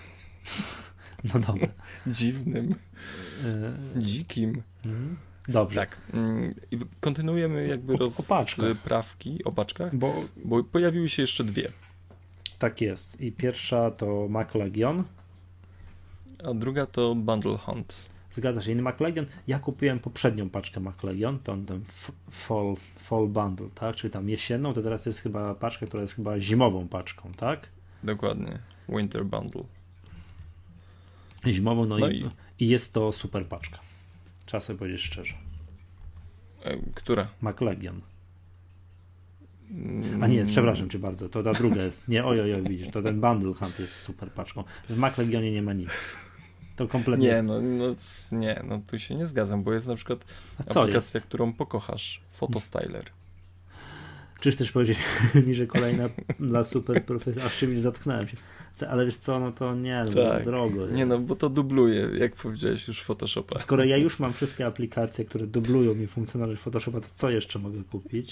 No dobra. Dziwnym. Yy... Dzikim. Mhm. Dobrze. Tak. I kontynuujemy jakby rozprawki o paczkach, bo, bo pojawiły się jeszcze dwie. Tak jest. I pierwsza to Mac Legion. A druga to Bundle Hunt. Zgadza się. I Mac Legion, ja kupiłem poprzednią paczkę Mac Legion, tą, tą fall, fall Bundle, tak? Czyli tam jesienną, to teraz jest chyba paczka, która jest chyba zimową paczką, tak? Dokładnie. Winter Bundle. Zimową, no, no i, i... i jest to super paczka. Trzeba sobie powiedzieć szczerze. E, która? Mac Legion. A nie, przepraszam cię bardzo, to ta druga jest. Nie, oj, oj, oj, widzisz, to ten Bundle Hunt jest super paczką. W Mac Legionie nie ma nic. To kompletnie... Nie, no, no, nie, no tu się nie zgadzam, bo jest na przykład aplikacja, jest? którą pokochasz, Photostyler. Czy chcesz powiedzieć mi, że kolejna dla super profesjonalnych, aż się zatknąłem się. Ale wiesz co, no to nie, no tak. drogo jest. Nie no, bo to dubluje, jak powiedziałeś już Photoshopa. Skoro ja już mam wszystkie aplikacje, które dublują mi funkcjonalność Photoshopa, to co jeszcze mogę kupić?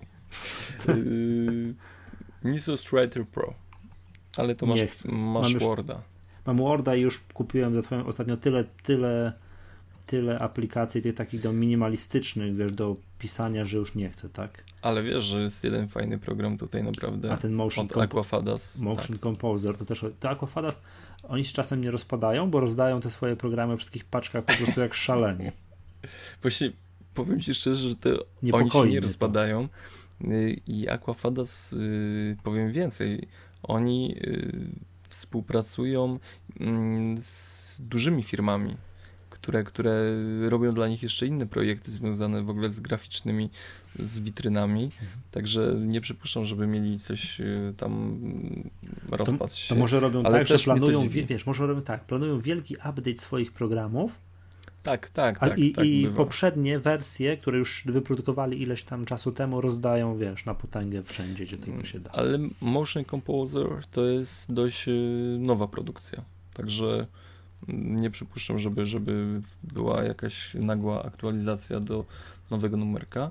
yy, Nisus Writer Pro. Ale to masz, masz mam Worda. Już, mam Worda i już kupiłem za twoją ostatnio tyle, tyle, tyle aplikacji, tych takich do minimalistycznych, wiesz, do pisania, że już nie chcę, tak? Ale wiesz, że jest jeden fajny program tutaj naprawdę. A ten Motion, od Aquafadas. Motion tak. Composer, to też, to Aquafadas, oni się czasem nie rozpadają, bo rozdają te swoje programy w wszystkich paczkach po prostu jak szaleni. Właśnie powiem ci szczerze, że to oni się nie rozpadają. I Aquafadas, powiem więcej, oni współpracują z dużymi firmami, które, które robią dla nich jeszcze inne projekty związane w ogóle z graficznymi, z witrynami, mhm. także nie przypuszczam, żeby mieli coś tam rozpaść się. To może robią ale tak, że planują, wiesz, może robią tak, planują wielki update swoich programów, Tak, tak, A tak. I, tak i bywa. poprzednie wersje, które już wyprodukowali ileś tam czasu temu, rozdają, wiesz, na potęgę wszędzie, gdzie tylko się da. Ale Motion Composer to jest dość nowa produkcja, także nie przypuszczam, żeby, żeby była jakaś nagła aktualizacja do nowego numerka.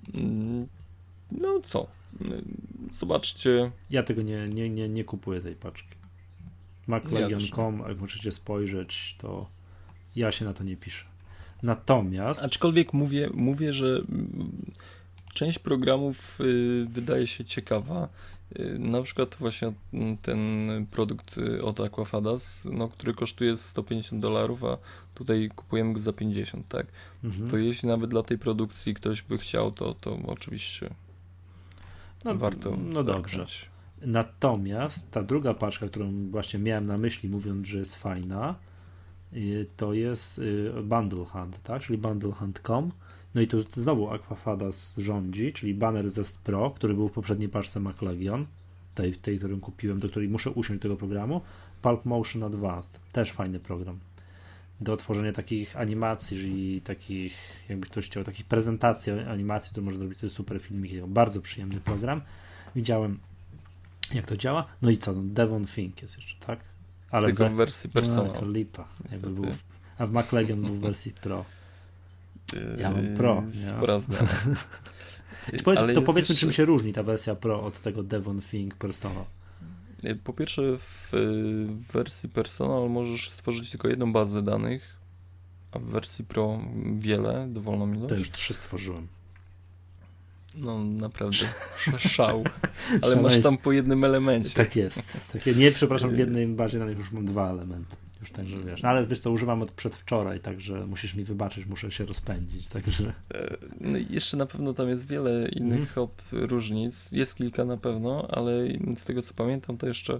No co? Zobaczcie. Ja tego nie, nie, nie, nie kupuję tej paczki. mac legion kropka com, jak możecie spojrzeć, to ja się na to nie piszę. Natomiast... Aczkolwiek mówię, mówię, że część programów wydaje się ciekawa. Na przykład właśnie ten produkt od Aquafadas, no, który kosztuje sto pięćdziesiąt dolarów, a tutaj kupujemy go za pięćdziesiąt, tak? Mhm. To jeśli nawet dla tej produkcji ktoś by chciał, to, to oczywiście no, warto No dobrze. Natomiast ta druga paczka, którą właśnie miałem na myśli, mówiąc, że jest fajna, to jest Bundle Hunt, tak? Czyli bundle hunt kropka com. No i tu znowu Aquafadas rządzi, czyli Banner Zest Pro, który był w poprzedniej paczce MacLegion, tej, tej, którą kupiłem, do której muszę usiąść tego programu. Pulp Motion Advanced, też fajny program do tworzenia takich animacji, czyli takich, jakby ktoś chciał, takich prezentacji animacji, to może zrobić sobie super filmiki. Bardzo przyjemny program. Widziałem, jak to działa. No i co? No Devon Think jest jeszcze, tak? Ale tylko w wersji personal. No, lipa. Jakby był w, a w MacLegion był w wersji Pro. Ja mam Pro. Spora zmiana. Powiedz, to powiedzmy, jeszcze... czym się różni ta wersja Pro od tego Devon Think Personal. Po pierwsze, w wersji Personal możesz stworzyć tylko jedną bazę danych, a w wersji Pro wiele, dowolną ilość. To już trzy stworzyłem. No naprawdę, szał. Ale Szaleństwo. Masz tam po jednym elemencie. Tak jest. Takie, nie, przepraszam, w jednej bazie danych już mam dwa elementy. Już także wiesz. No, ale wiesz co, używam od przedwczoraj, także musisz mi wybaczyć, muszę się rozpędzić, także... No i jeszcze na pewno tam jest wiele innych mm. hop różnic. Jest kilka na pewno, ale z tego co pamiętam, to jeszcze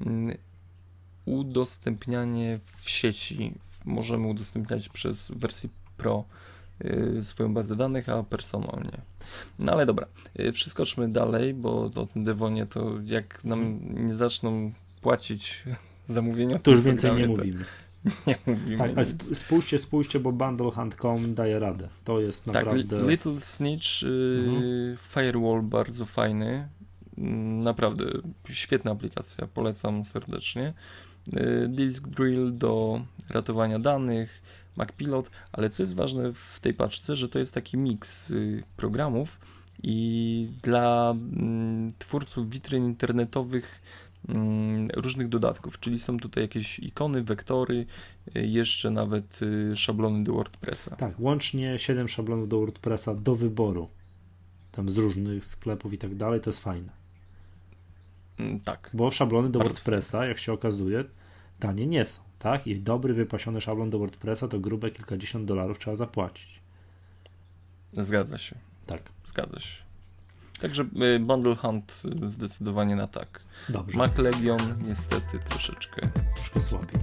udostępnianie w sieci. Możemy udostępniać przez wersję Pro swoją bazę danych, a personal nie. No ale dobra, przeskoczmy dalej, bo o tym Devonie to jak nam nie zaczną płacić zamówienia, to już więcej nie mówimy. Nie mówimy. Tak, ale spójrzcie, spójrzcie, bo bundle hunt kropka com daje radę. To jest naprawdę... Tak, Little Snitch, mhm. y, Firewall bardzo fajny. Naprawdę świetna aplikacja, polecam serdecznie. Y, Disk Drill do ratowania danych, MacPilot, ale co jest ważne w tej paczce, że to jest taki miks y, programów i dla y, twórców witryn internetowych różnych dodatków, czyli są tutaj jakieś ikony, wektory, jeszcze nawet szablony do WordPressa. Tak, łącznie siedem szablonów do WordPressa do wyboru, tam z różnych sklepów i tak dalej, to jest fajne. Tak. Bo szablony do WordPressa, jak się okazuje, tanie nie są, tak? I dobry, wypasiony szablon do WordPressa to grube kilkadziesiąt dolarów trzeba zapłacić. Zgadza się. Tak. Zgadza się. Także Bundle Hunt zdecydowanie na tak. Dobrze. MacLegion niestety troszeczkę. Troszkę słabiej.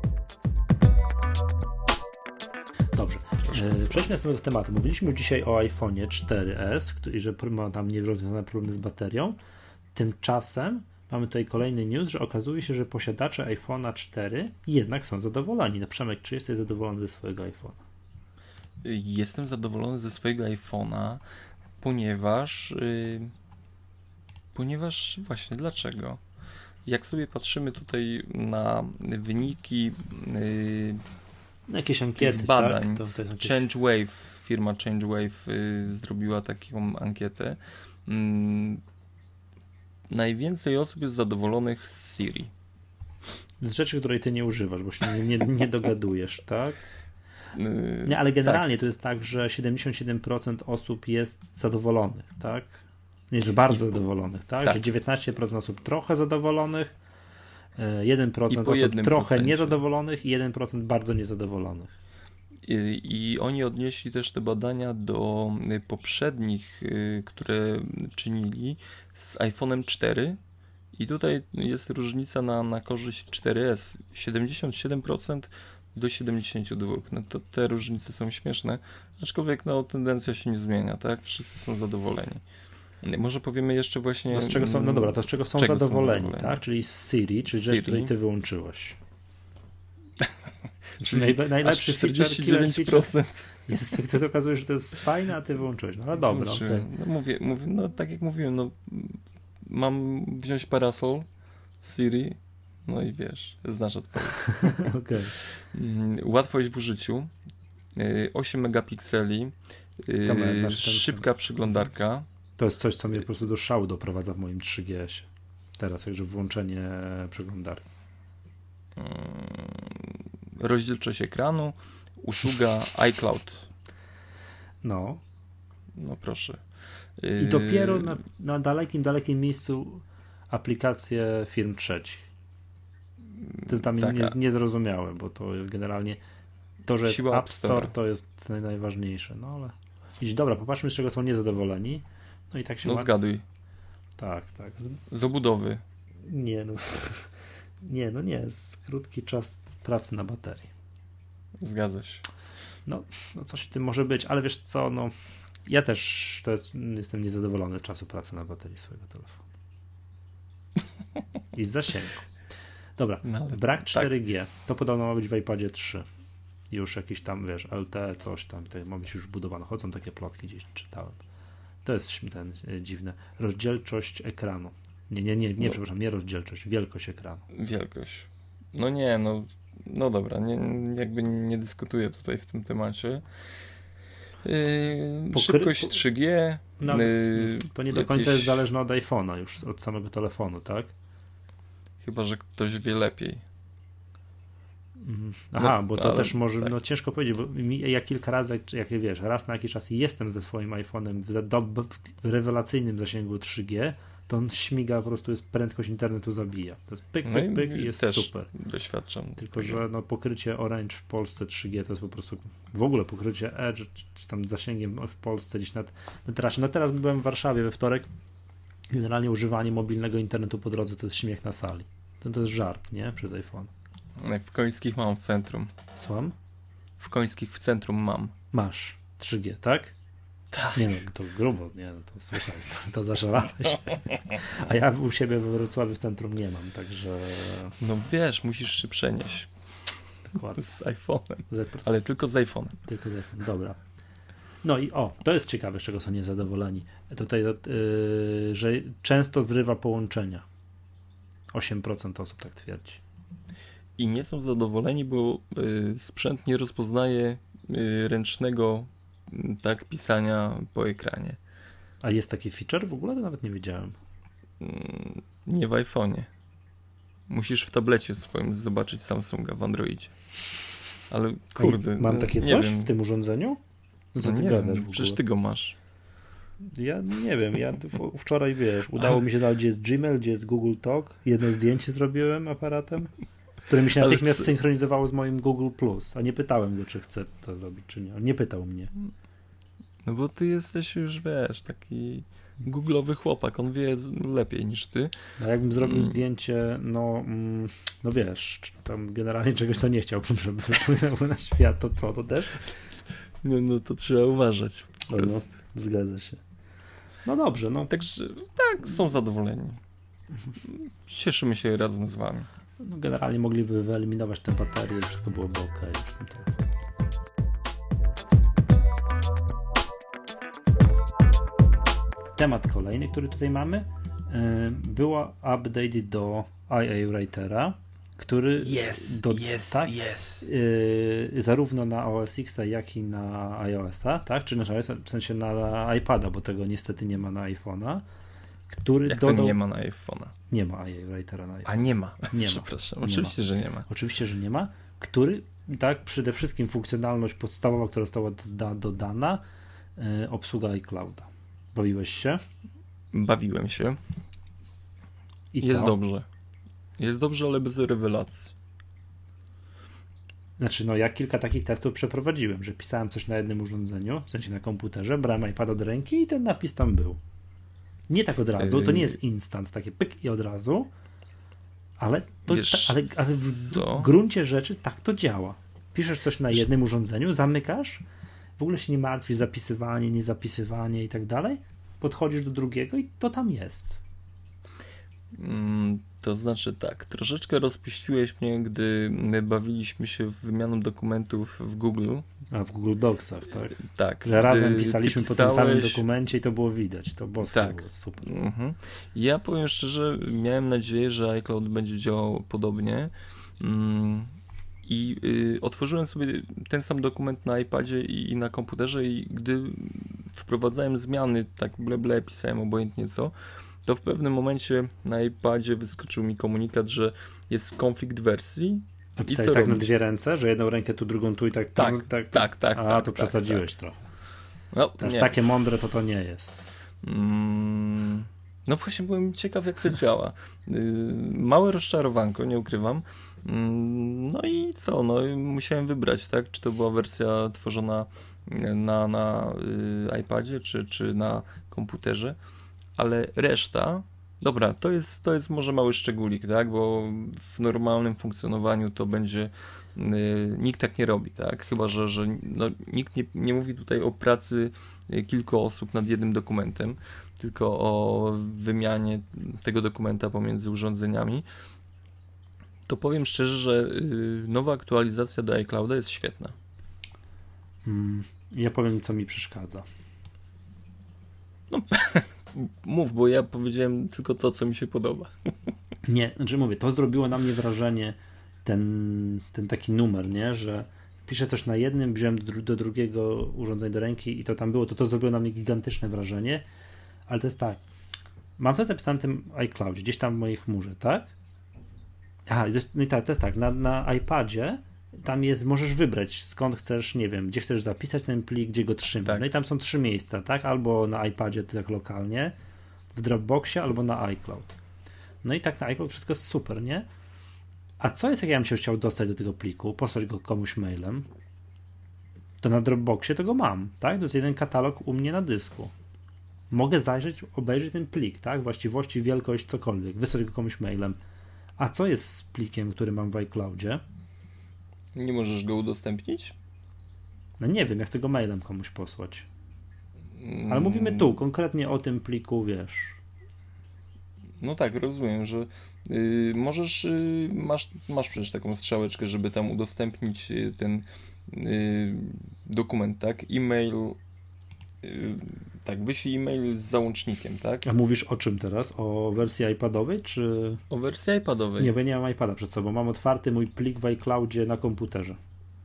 Dobrze. E, przejdźmy do następnego tematu. Mówiliśmy już dzisiaj o iPhone'ie cztery S i że ma tam nierozwiązane problemy z baterią. Tymczasem mamy tutaj kolejny news, że okazuje się, że posiadacze iPhone'a cztery jednak są zadowoleni. No Przemek, czy jesteś zadowolony ze swojego iPhone'a? Jestem zadowolony ze swojego iPhone'a, ponieważ yy, ponieważ właśnie dlaczego? Jak sobie patrzymy tutaj na wyniki yy, jakieś ankiety, badań, tak? To, to jest jakieś... ChangeWave, firma ChangeWave yy, zrobiła taką ankietę. Yy, najwięcej osób jest zadowolonych z Siri. Z rzeczy, której ty nie używasz, bo się nie, nie, nie dogadujesz, tak? Nie, ale generalnie tak. To jest tak, że siedemdziesiąt siedem procent osób jest zadowolonych, tak? Nie, że bardzo I, zadowolonych, tak? tak? Że dziewiętnaście procent osób trochę zadowolonych, jeden procent osób trochę procencie. niezadowolonych i jeden procent bardzo niezadowolonych. I, I oni odnieśli też te badania do poprzednich, które czynili z iPhone'em cztery i tutaj jest różnica na, na korzyść cztery S. siedemdziesiąt siedem procent do siedemdziesiąt dwa procent. No to te różnice są śmieszne, aczkolwiek no, tendencja się nie zmienia, tak? Wszyscy są zadowoleni. Może powiemy jeszcze właśnie... No, z czego są, no dobra, to z czego, z są, czego zadowoleni, są zadowoleni, tak? Czyli z Siri, czyli Siri. Rzecz, której ty wyłączyłeś. Czyli naj, najlepszy czterdzieści dziewięć procent. Jest, to, to okazuje, że to jest fajne, a ty wyłączyłeś. No, no dobra, okay. no, mówię, mówię, no tak jak mówiłem, no mam wziąć parasol Siri, no i wiesz, znasz odpowiedź. Okay. Łatwość w użyciu, osiem megapikseli, Kamera, szybka ten... przeglądarka. To jest coś, co mnie po prostu do szału doprowadza w moim trzy G S-ie. Teraz, jakże włączenie przeglądarki. Rozdzielczość ekranu, usługa iCloud. No. No proszę. I dopiero na, na dalekim, dalekim miejscu aplikacje firm trzecich. To jest dla mnie tak, nie, niezrozumiałe, bo to jest generalnie to, że siła App Store, Store to jest najważniejsze. No ale idź, dobra, popatrzmy, z czego są niezadowoleni. No i tak się No ma... zgaduj. Tak, tak. Z, z obudowy. Nie, no. Nie, no nie. Jest krótki czas pracy na baterii. Zgadza się. No, no coś w tym może być, ale wiesz co, no ja też to jest, jestem niezadowolony z czasu pracy na baterii swojego telefonu. I z zasięgu. Dobra, no, brak cztery G. Tak. To podobno ma być w iPadzie trzy. Już jakiś tam, wiesz, L T E, coś tam, to ma być już budowane. Chodzą takie plotki, gdzieś czytałem. To jest ten e, dziwne. Rozdzielczość ekranu. Nie, nie, nie, nie, no. przepraszam, nie rozdzielczość, wielkość ekranu. Wielkość. No nie, no, no dobra, nie, jakby nie dyskutuję tutaj w tym temacie. Yy, Pokry... Szybkość trzy G. No, yy, to nie do końca jakieś... jest zależne od iPhone'a, już od samego telefonu, tak? Chyba że ktoś wie lepiej. Aha, no, bo to ale, też może, tak. no ciężko powiedzieć, bo mi, ja kilka razy, jak, jak wiesz, raz na jakiś czas jestem ze swoim iPhone'em w, do, w rewelacyjnym zasięgu trzy G, to on śmiga, po prostu jest prędkość internetu zabija. To jest pyk, pyk, pyk no i, i jest też super. Doświadczam. Tylko, tego. że no, pokrycie Orange w Polsce trzy G to jest po prostu w ogóle pokrycie Edge, czy tam zasięgiem w Polsce gdzieś na, na trasie. No teraz byłem w Warszawie we wtorek, generalnie używanie mobilnego internetu po drodze to jest śmiech na sali. To, to jest żart, nie? Przez iPhone. W Końskich mam w centrum. Słucham? W Końskich w centrum mam. Masz trzy G, tak? Tak. Nie no, to grubo, nie no, to słuchaj, to, to zaszalałeś. A ja u siebie we Wrocławiu w centrum nie mam, także... No wiesz, musisz się przenieść. Dokładnie. Z iPhone'em. Ale tylko z iPhone'em. Tylko z iPhone'em, dobra. No i o, to jest ciekawe, z czego są niezadowoleni. Tutaj, yy, że często zrywa połączenia. osiem procent osób tak twierdzi. I nie są zadowoleni, bo y, sprzęt nie rozpoznaje y, ręcznego y, tak pisania po ekranie. A jest taki feature w ogóle? To nawet nie wiedziałem. Y, nie w iPhone'ie. Musisz w tablecie swoim zobaczyć Samsunga w Androidzie. Ale kurde. Mam takie coś wiem. w tym urządzeniu? No co no ty gadasz? Przecież ty go masz. Ja nie wiem, ja wczoraj, wiesz, udało mi się znaleźć, gdzie jest Gmail, gdzie jest Google Talk. Jedno zdjęcie zrobiłem aparatem, które mi się natychmiast Ale... synchronizowało z moim Google Plus, a nie pytałem go, czy chce to robić, czy nie. On nie pytał mnie. No bo ty jesteś już, wiesz, taki googlowy chłopak, on wie lepiej niż ty. A jakbym zrobił mm. zdjęcie, no, mm, no wiesz, tam generalnie czegoś, co nie chciałbym, żeby wypłynęło na świat, to co, to też? No, no to trzeba uważać. No, no, zgadza się. No dobrze, no. Także tak, są zadowoleni. Cieszymy się razem z wami. No, generalnie mogliby wyeliminować tę baterię i wszystko byłoby ok. W tym telefonie. Temat kolejny, który tutaj mamy, była update do I A Writera, który yes, do, yes, tak, yes. Yy, zarówno na O S X, jak i na iOS-a, tak? Czy na w sensie na iPada, bo tego niestety nie ma na iPhone'a. Który Jak dodał... to nie ma na iPhone'a? Nie ma I A Writera na iPhone'a. A nie ma. Nie Przepraszam, ma. oczywiście, nie że nie ma. Oczywiście, że nie ma. Który, tak, przede wszystkim funkcjonalność podstawowa, która została doda- dodana, yy, obsługa iClouda. Bawiłeś się? Bawiłem się. I Jest co? dobrze. Jest dobrze, ale bez rewelacji. Znaczy, no ja kilka takich testów przeprowadziłem, że pisałem coś na jednym urządzeniu, w sensie na komputerze, brałem iPada do ręki i ten napis tam był. Nie tak od razu, to nie jest instant, takie pyk i od razu, ale, to, ta, ale, ale w, w gruncie rzeczy tak to działa. Piszesz coś na jednym urządzeniu, zamykasz, w ogóle się nie martwisz, zapisywanie, niezapisywanie i tak dalej, podchodzisz do drugiego i to tam jest. Mm, to znaczy tak, troszeczkę rozpuściłeś mnie, gdy bawiliśmy się w wymianą dokumentów w Google. A w Google Docsach, tak? Tak. Że razem pisaliśmy pisałeś... po tym samym dokumencie i to było widać, to boskie tak. było super. Mhm. Ja powiem szczerze, miałem nadzieję, że iCloud będzie działał podobnie. Mm. I y, otworzyłem sobie ten sam dokument na iPadzie i, i na komputerze i gdy wprowadzałem zmiany, tak ble ble, pisałem obojętnie co, to w pewnym momencie na iPadzie wyskoczył mi komunikat, że jest konflikt wersji. A pisałeś tak robić? Na dwie ręce, że jedną rękę tu, drugą tu i tak? Tak, tak, tak. tak, tak A, tak, to tak, przesadziłeś tak. trochę. No, Aż takie mądre to to nie jest. Mm, no właśnie byłem ciekaw, jak to działa. Małe rozczarowanko, nie ukrywam. No i co? No musiałem wybrać, tak? Czy to była wersja tworzona na, na iPadzie, czy, czy na komputerze. ale reszta, dobra, to jest, to jest może mały szczególik, tak, bo w normalnym funkcjonowaniu to będzie, yy, nikt tak nie robi, tak, chyba, że, że no, nikt nie, nie mówi tutaj o pracy kilku osób nad jednym dokumentem, tylko o wymianie tego dokumenta pomiędzy urządzeniami, to powiem szczerze, że yy, nowa aktualizacja do iClouda jest świetna. Hmm, ja powiem, co mi przeszkadza. No, mów, bo ja powiedziałem tylko to, co mi się podoba. Nie, znaczy mówię, to zrobiło na mnie wrażenie, ten, ten taki numer, nie, że piszę coś na jednym, wziąłem do, do drugiego urządzenia do ręki i to tam było, to to zrobiło na mnie gigantyczne wrażenie, ale to jest tak, mam to zapisane w tym iCloudzie, gdzieś tam w mojej chmurze, tak? Aha, no i tak, to jest tak, na, na iPadzie tam jest, możesz wybrać skąd chcesz, nie wiem, gdzie chcesz zapisać ten plik, gdzie go trzymasz. Tak. No i tam są trzy miejsca, tak? Albo na iPadzie tak lokalnie, w Dropboxie, albo na iCloud. No i tak na iCloud wszystko jest super, nie? A co jest, jak ja bym się chciał dostać do tego pliku, posłać go komuś mailem, to na Dropboxie to go mam, tak? To jest jeden katalog u mnie na dysku. Mogę zajrzeć, obejrzeć ten plik, tak? Właściwości, wielkość, cokolwiek, wysłać go komuś mailem. A co jest z plikiem, który mam w iCloudzie? Nie możesz go udostępnić? No nie wiem, ja chcę go mailem komuś posłać. Ale mówimy tu konkretnie o tym pliku, wiesz. No tak, rozumiem, że yy, możesz, yy, masz, masz przecież taką strzałeczkę, żeby tam udostępnić yy, ten yy, dokument, tak? E-mail, yy, tak, wyślij e-mail z załącznikiem, tak? A mówisz o czym teraz? O wersji iPadowej, czy... O wersji iPadowej. Nie, bo ja nie mam iPada przed sobą. Mam otwarty mój plik w iCloudzie na komputerze.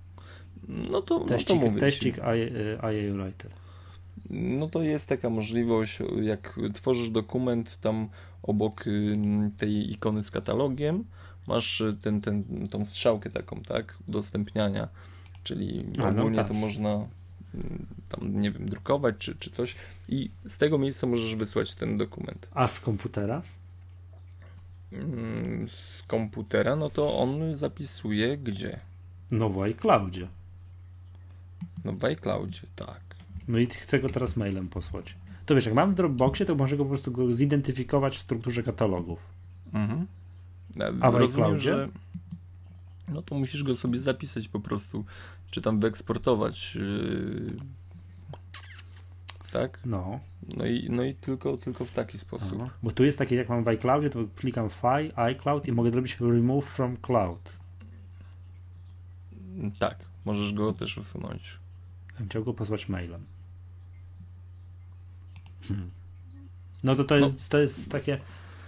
No to, teścik, no to mówię teścik I A Writer. No to jest taka możliwość, jak tworzysz dokument, tam obok tej ikony z katalogiem masz ten, ten, tą strzałkę taką, tak, udostępniania, czyli A, ogólnie no tak. to można tam, nie wiem, drukować czy, czy coś i z tego miejsca możesz wysłać ten dokument. A z komputera? Z komputera, no to on zapisuje gdzie? No w iCloudzie. No w iCloudzie, tak. No i chcę go teraz mailem posłać. To wiesz, jak mam w Dropboxie, to może go po prostu go zidentyfikować w strukturze katalogów. Mhm. A w Rozumiem, że no to musisz go sobie zapisać po prostu, czy tam wyeksportować. Yy... Tak? No. No i, no i tylko, tylko w taki sposób. Aha. Bo tu jest takie, jak mam w iCloudzie, to klikam File, iCloud i mogę zrobić Remove from Cloud. Tak, możesz go też usunąć. Ja bym chciał go posłać mailem. Hmm. No to to jest, no. to jest takie...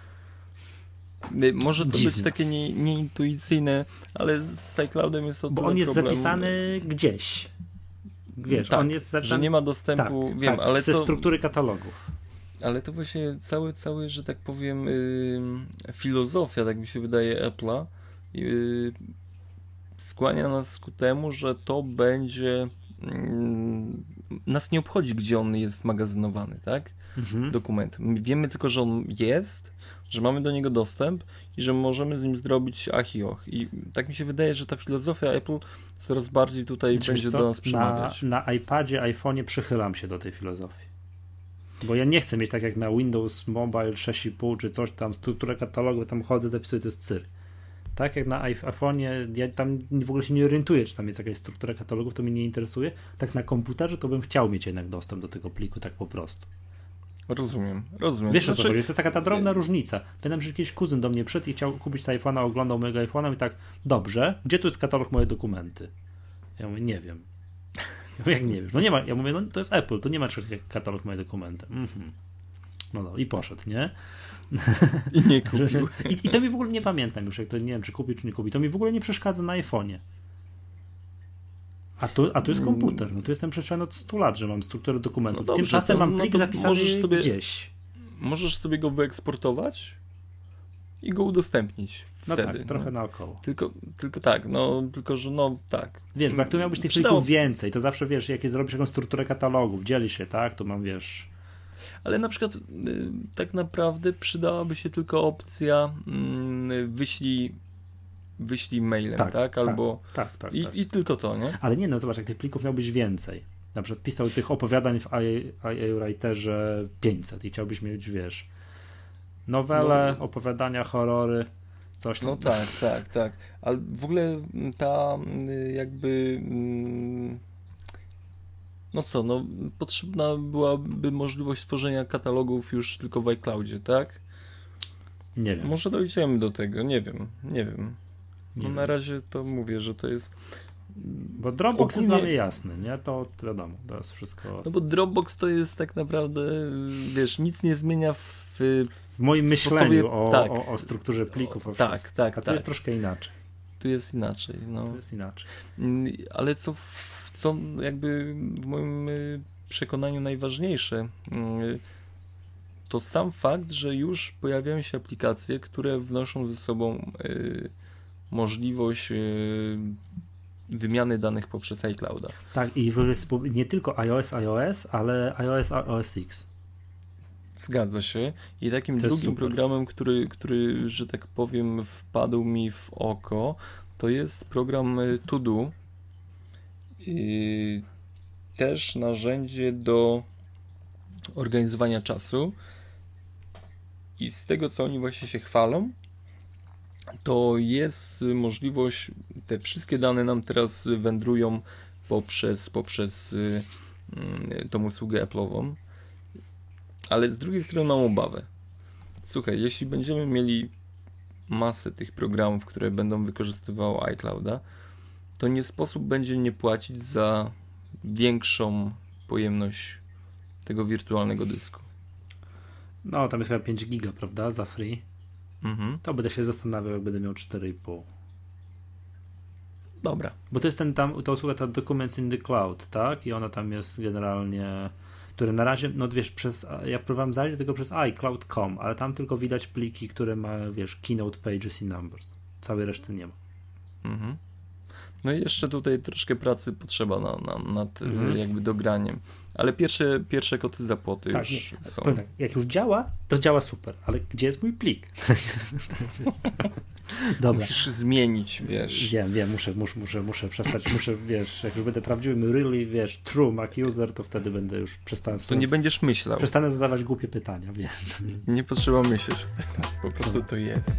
Może to Dziwne. być takie nie, nieintuicyjne, ale z iCloudem jest o Bo on jest problemu. zapisany gdzieś. Wiesz, tak, on jest zapisany... że nie ma dostępu, tak, wiem, tak, ale ze to... struktury katalogów. Ale to właśnie cały, cały, że tak powiem, yy, filozofia, tak mi się wydaje, Apple'a yy, skłania nas ku temu, że to będzie... Yy, nas nie obchodzi, gdzie on jest magazynowany, tak? Mhm. Dokument. Wiemy tylko, że on jest, że mamy do niego dostęp i że możemy z nim zrobić ach i och. I tak mi się wydaje, że ta filozofia Apple coraz bardziej tutaj znaczy, będzie do nas przemawiać. Na, na iPadzie, iPhone'ie przychylam się do tej filozofii. Bo ja nie chcę mieć tak jak na Windows Mobile sześć i pół czy coś tam, strukturę katalogu, tam chodzę, zapisuję, to jest cyrk. Tak jak na iPhone'ie, ja tam w ogóle się nie orientuję, czy tam jest jakaś struktura katalogów, to mnie nie interesuje. Tak na komputerze to bym chciał mieć jednak dostęp do tego pliku, tak po prostu. Rozumiem, rozumiem. Wiesz o co chodzi? To jest taka ta drobna nie. różnica. Pamiętam, że jakiś kuzyn do mnie przyszedł i chciał kupić z iPhone'a, oglądał mojego iPhone'a i tak, dobrze, gdzie tu jest katalog moje dokumenty? Ja mówię, nie wiem. Ja mówię, jak nie wiesz? No nie ma, ja mówię, no to jest Apple, to nie ma czegoś jak katalog moje dokumenty. Mhm. No, no i poszedł, nie? I nie kupił. I, I to mi w ogóle nie pamiętam już, jak to nie wiem, czy kupił, czy nie kupił. To mi w ogóle nie przeszkadza na iPhone'ie. A tu, a tu jest komputer. No tu jestem przyzwyczajony od stu lat, że mam strukturę dokumentów. No dobrze, Tymczasem to, mam plik no zapisany sobie, gdzieś. Możesz sobie go wyeksportować i go udostępnić wtedy. No tak, trochę no. naokoło. Tylko, tylko tak, no tylko, że no tak. Wiesz, bo jak tu miałbyś tych plików więcej, to zawsze wiesz, jak zrobisz jakąś strukturę katalogów, dzielisz się, tak, tu mam, wiesz... Ale na przykład y, tak naprawdę przydałaby się tylko opcja y, wyślij wyślij mailem, tak? tak? Albo tak, tak, tak, i, tak. i tylko to, nie? Ale nie, no zobacz, jak tych plików miałbyś więcej. na przykład pisał tych opowiadań w I A Writerze pięćset i chciałbyś mieć, wiesz, nowele, no, opowiadania, horrory, coś tam. No tak, tak, tak. Ale w ogóle ta jakby... No co, no potrzebna byłaby możliwość tworzenia katalogów już tylko w iCloudzie, tak? Nie wiem. Może dojdziemy do tego, nie wiem, nie wiem. No nie na wiem. razie to mówię, że to jest... Bo Dropbox ogólnie... jest dla mnie jasny, nie? To wiadomo, to jest wszystko... No bo Dropbox to jest tak naprawdę, wiesz, nic nie zmienia w... W moim w myśleniu sposobie... o, tak. o, o strukturze plików. O, o tak, tak, A tu tak. jest troszkę inaczej. Tu jest inaczej, no. Tu jest inaczej. Ale co, co jakby w moim przekonaniu najważniejsze, to sam fakt, że już pojawiają się aplikacje, które wnoszą ze sobą możliwość wymiany danych poprzez iClouda. Tak, i nie tylko iOS, iOS, ale iOS, O S X. Zgadza się. I takim drugim programem, który, który, że tak powiem, wpadł mi w oko, to jest program To-Do. I też narzędzie do organizowania czasu. I z tego, co oni właśnie się chwalą, to jest możliwość, te wszystkie dane nam teraz wędrują poprzez, poprzez tą usługę Apple'ową. Ale z drugiej strony mam obawę. Słuchaj, jeśli będziemy mieli masę tych programów, które będą wykorzystywały iClouda, to nie sposób będzie nie płacić za większą pojemność tego wirtualnego dysku. No, tam jest chyba pięć giga, prawda, za free. Mhm. To będę się zastanawiał, jak będę miał cztery i pół. Dobra. Bo to jest ten tam, ta usługa, ta Documents in the Cloud, tak? I ona tam jest generalnie... które na razie, no wiesz, przez, ja próbowałem zajrzeć tylko przez iCloud kropka com, ale tam tylko widać pliki, które ma, wiesz, Keynote, Pages i Numbers. Całej reszty nie ma. Mhm. No i jeszcze tutaj troszkę pracy potrzeba na, na, nad mhm. jakby dograniem. Ale pierwsze, pierwsze koty za płoty tak, już nie. są. Tak, jak już działa, to działa super, ale gdzie jest mój plik? Dobra. Musisz zmienić, wiesz. Wiem, wiem, muszę, muszę, muszę, muszę przestać, muszę, wiesz, jak już będę prawdziwym really, wiesz, true Mac user, to wtedy będę już przestanę... To nie będziesz myślał. Przestanę zadawać głupie pytania, wiem. Nie potrzeba myśleć. Po prostu to jest.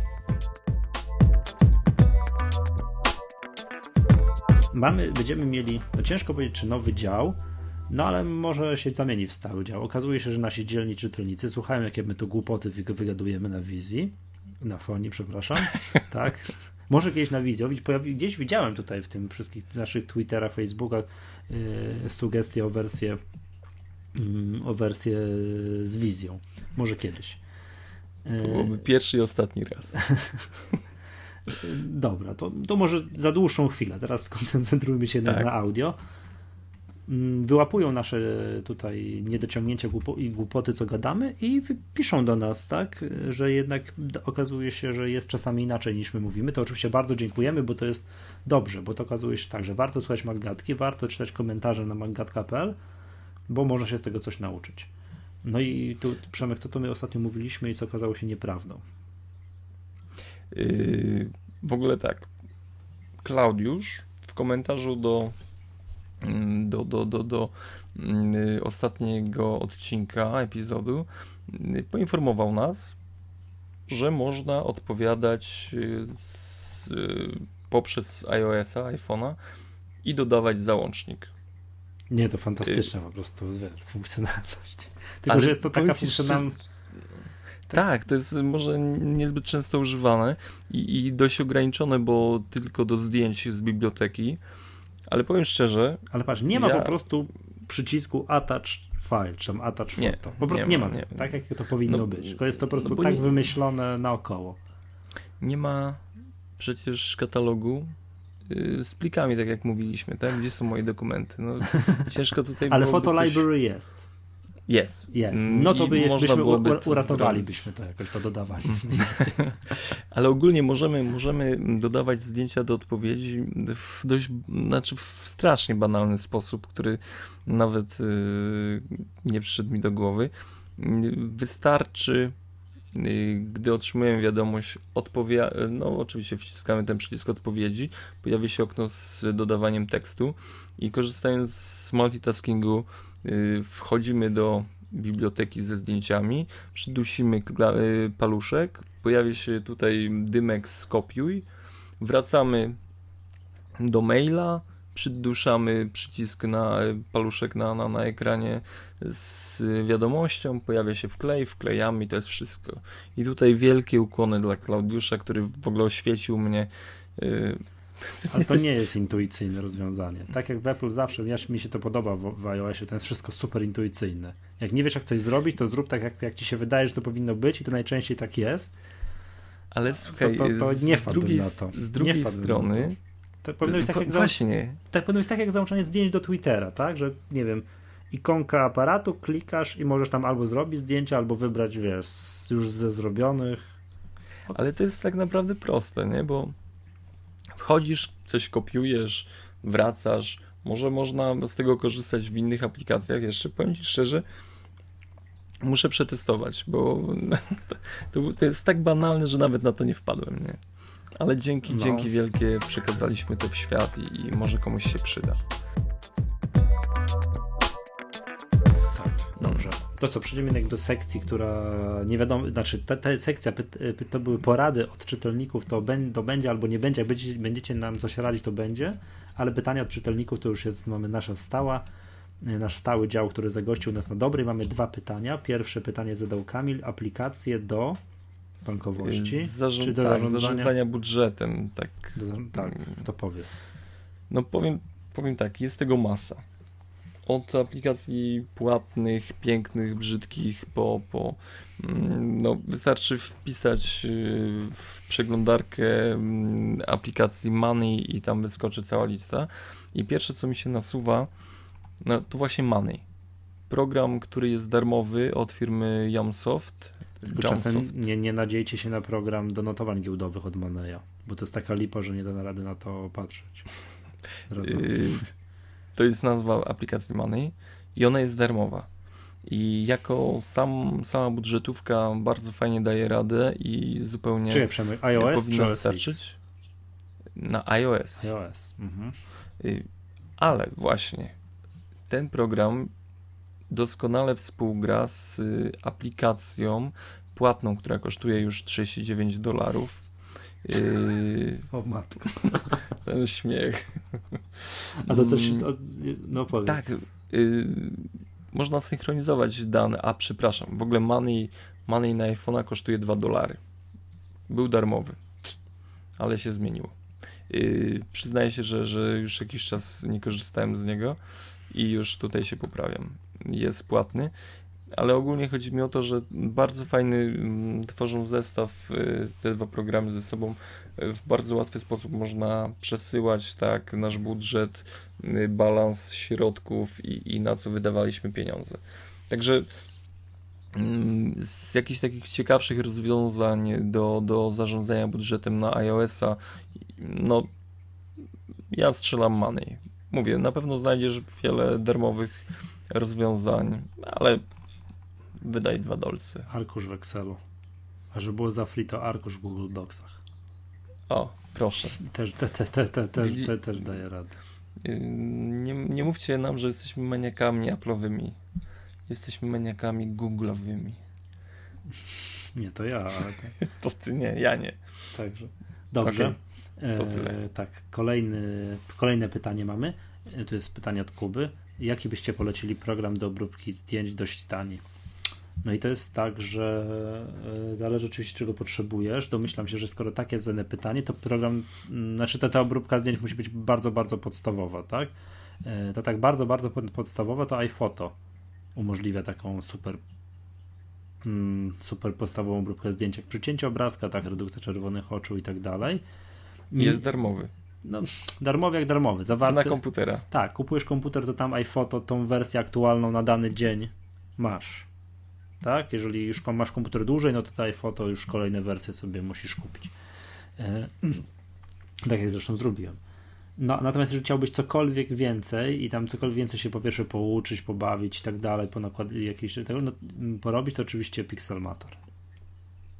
Mamy, będziemy mieli, no ciężko powiedzieć, czy nowy dział, no ale może się zamieni w stały dział. Okazuje się, że nasi dzielni czytelnicy słuchają, jakie my tu głupoty wygadujemy na wizji, na fonii, przepraszam, tak? Może kiedyś na wizji, pojawi, gdzieś widziałem tutaj w tym wszystkich naszych Twitterach, Facebookach yy, sugestie o wersję yy, o wersję z wizją. Może kiedyś. Yy. To byłoby pierwszy i ostatni raz. Dobra, to, to może za dłuższą chwilę. Teraz skoncentrujmy się tak. na, na audio. Wyłapują nasze tutaj niedociągnięcia i głupoty, co gadamy i piszą do nas, tak, że jednak okazuje się, że jest czasami inaczej niż my mówimy. To oczywiście bardzo dziękujemy, bo to jest dobrze, bo to okazuje się tak, że warto słuchać Maggatki, warto czytać komentarze na maggatka kropka p l, bo można się z tego coś nauczyć. No i tu, Przemek, to to my ostatnio mówiliśmy i co okazało się nieprawdą. Yy, w ogóle tak, Klaudiusz w komentarzu do do, do, do, do yy, ostatniego odcinka, epizodu yy, poinformował nas, że można odpowiadać yy, z, yy, poprzez iOS-a, iPhone'a i dodawać załącznik. Nie, to fantastyczna yy. po prostu wiesz, funkcjonalność. Tylko, ale że jest to taka funkcjonalność. Tak, to jest może niezbyt często używane i, i dość ograniczone, bo tylko do zdjęć z biblioteki, ale powiem szczerze... Ale patrz, nie ma ja... po prostu przycisku attach file, czy tam attach nie, photo. Po prostu nie, nie ma, nie, tak jak to powinno no, być. Tylko jest to po prostu no tak nie, wymyślone naokoło. Nie ma przecież katalogu yy, z plikami, tak jak mówiliśmy, tak? Gdzie są moje dokumenty? No, ciężko tutaj ale Photo coś... Library jest. Jest. Jest. No to by byśmy uratowalibyśmy to jakoś, to dodawali. Ale ogólnie możemy, możemy dodawać zdjęcia do odpowiedzi w dość, znaczy w strasznie banalny sposób, który nawet yy, nie przyszedł mi do głowy. Wystarczy Gdy otrzymujemy wiadomość, odpowia- no oczywiście wciskamy ten przycisk odpowiedzi, pojawia się okno z dodawaniem tekstu i korzystając z multitaskingu wchodzimy do biblioteki ze zdjęciami, przydusimy paluszek, pojawia się tutaj dymek skopiuj, wracamy do maila, przyduszamy przycisk na paluszek na, na, na ekranie z wiadomością, pojawia się wklej, wklejamy i to jest wszystko. I tutaj wielkie ukłony dla Klaudiusza, który w ogóle oświecił mnie. Ale to nie jest intuicyjne rozwiązanie. Tak jak w Apple zawsze, ja, mi się to podoba w, w iOSie, to jest wszystko super intuicyjne. Jak nie wiesz, jak coś zrobić, to zrób tak, jak, jak ci się wydaje, że to powinno być i to najczęściej tak jest. Ale słuchaj, to, to, to nie z drugiej, na to. Z drugiej strony to powinno być tak jak, właśnie. Za, tak powinno być tak jak załączanie zdjęć do Twittera, tak? Że nie wiem, ikonka aparatu, klikasz i możesz tam albo zrobić zdjęcia, albo wybrać, wiesz, już ze zrobionych. Ale to jest tak naprawdę proste, nie? Bo wchodzisz, coś kopiujesz, wracasz, może można z tego korzystać w innych aplikacjach. Jeszcze powiem ci szczerze, muszę przetestować, bo to, to jest tak banalne, że nawet na to nie wpadłem, nie? Ale dzięki, no. dzięki wielkie przekazaliśmy to w świat i, i może komuś się przyda. Tak, dobrze. To co, przejdziemy jednak do sekcji, która nie wiadomo, znaczy ta, ta sekcja, to były porady od czytelników, to, ben, to będzie albo nie będzie, jak będziecie, będziecie nam coś radzić, to będzie, ale pytania od czytelników to już jest, mamy nasza stała, nasz stały dział, który zagościł nas na dobry. Mamy dwa pytania. Pierwsze pytanie zadał Kamil, aplikacje do bankowości, Zarząd, czy do tak, zarządzania... zarządzania budżetem, tak. Do, tak, to powiedz. No powiem, powiem tak, jest tego masa. Od aplikacji płatnych, pięknych, brzydkich, po, po no wystarczy wpisać w przeglądarkę aplikacji Money i tam wyskoczy cała lista. I pierwsze, co mi się nasuwa, no to właśnie Money. Program, który jest darmowy od firmy Jamsoft. Tylko czasem nie, nie nadziejcie się na program do notowań giełdowych od Moneya, bo to jest taka lipa, że nie da rady na to patrzeć. Yy, to jest nazwa aplikacji Money i ona jest darmowa. I jako sam, sama budżetówka bardzo fajnie daje radę i zupełnie Czekaj, Przemek, iOS powinna czy wystarczyć. Na iOS. iOS. Mhm. Yy, ale właśnie ten program doskonale współgra z aplikacją płatną, która kosztuje już trzydzieści dziewięć dolarów. Yy... O matko. Ten śmiech. A to coś... No powiedz. Tak. Yy... Można synchronizować dane. A przepraszam, w ogóle Money, Money na iPhone'a kosztuje dwa dolary. Był darmowy, ale się zmieniło. Yy... Przyznaję się, że, że już jakiś czas nie korzystałem z niego i już tutaj się poprawiam. Jest płatny, ale ogólnie chodzi mi o to, że bardzo fajny, tworzą zestaw te dwa programy ze sobą. W bardzo łatwy sposób można przesyłać tak nasz budżet, balans środków i, i na co wydawaliśmy pieniądze. Także z jakichś takich ciekawszych rozwiązań do, do zarządzania budżetem na iOS-a, no ja strzelam Money. Mówię, na pewno znajdziesz wiele darmowych rozwiązań, ale wydaj dwa dolce. Arkusz w Excelu. A żeby było za free, to arkusz w Google Docsach. O, proszę. Też, te, te, te, te, te, te, też daje radę. Nie, nie mówcie nam, że jesteśmy maniakami Apple'owymi. Jesteśmy maniakami Google'owymi. Nie, to ja, ale... To, to ty nie, ja nie. Także. Dobrze. Okay. To tyle. E, tak, kolejny, kolejne pytanie mamy. E, to jest pytanie od Kuby. Jaki byście polecili program do obróbki zdjęć dość tani? No i to jest tak, że e, zależy oczywiście czego potrzebujesz. Domyślam się, że skoro takie jest zadane pytanie, to program, m, znaczy to ta obróbka zdjęć musi być bardzo, bardzo podstawowa, tak? E, to tak bardzo, bardzo podstawowa to iPhoto umożliwia taką super mm, super podstawową obróbkę zdjęć, jak przycięcie obrazka, tak, redukcja czerwonych oczu i tak dalej. Jest darmowy. No, darmowy jak darmowy. Zawarty... Cena komputera. Tak, kupujesz komputer, to tam iPhoto, tą wersję aktualną na dany dzień masz. Tak? Jeżeli już masz komputer dłużej, no to ta iPhoto już kolejne wersje sobie musisz kupić. E, tak jak zresztą zrobiłem. No, natomiast jeżeli chciałbyś cokolwiek więcej i tam cokolwiek więcej się po pierwsze pouczyć, pobawić i tak dalej, po nakład jakieś tego, no, porobić, to oczywiście Pixelmator.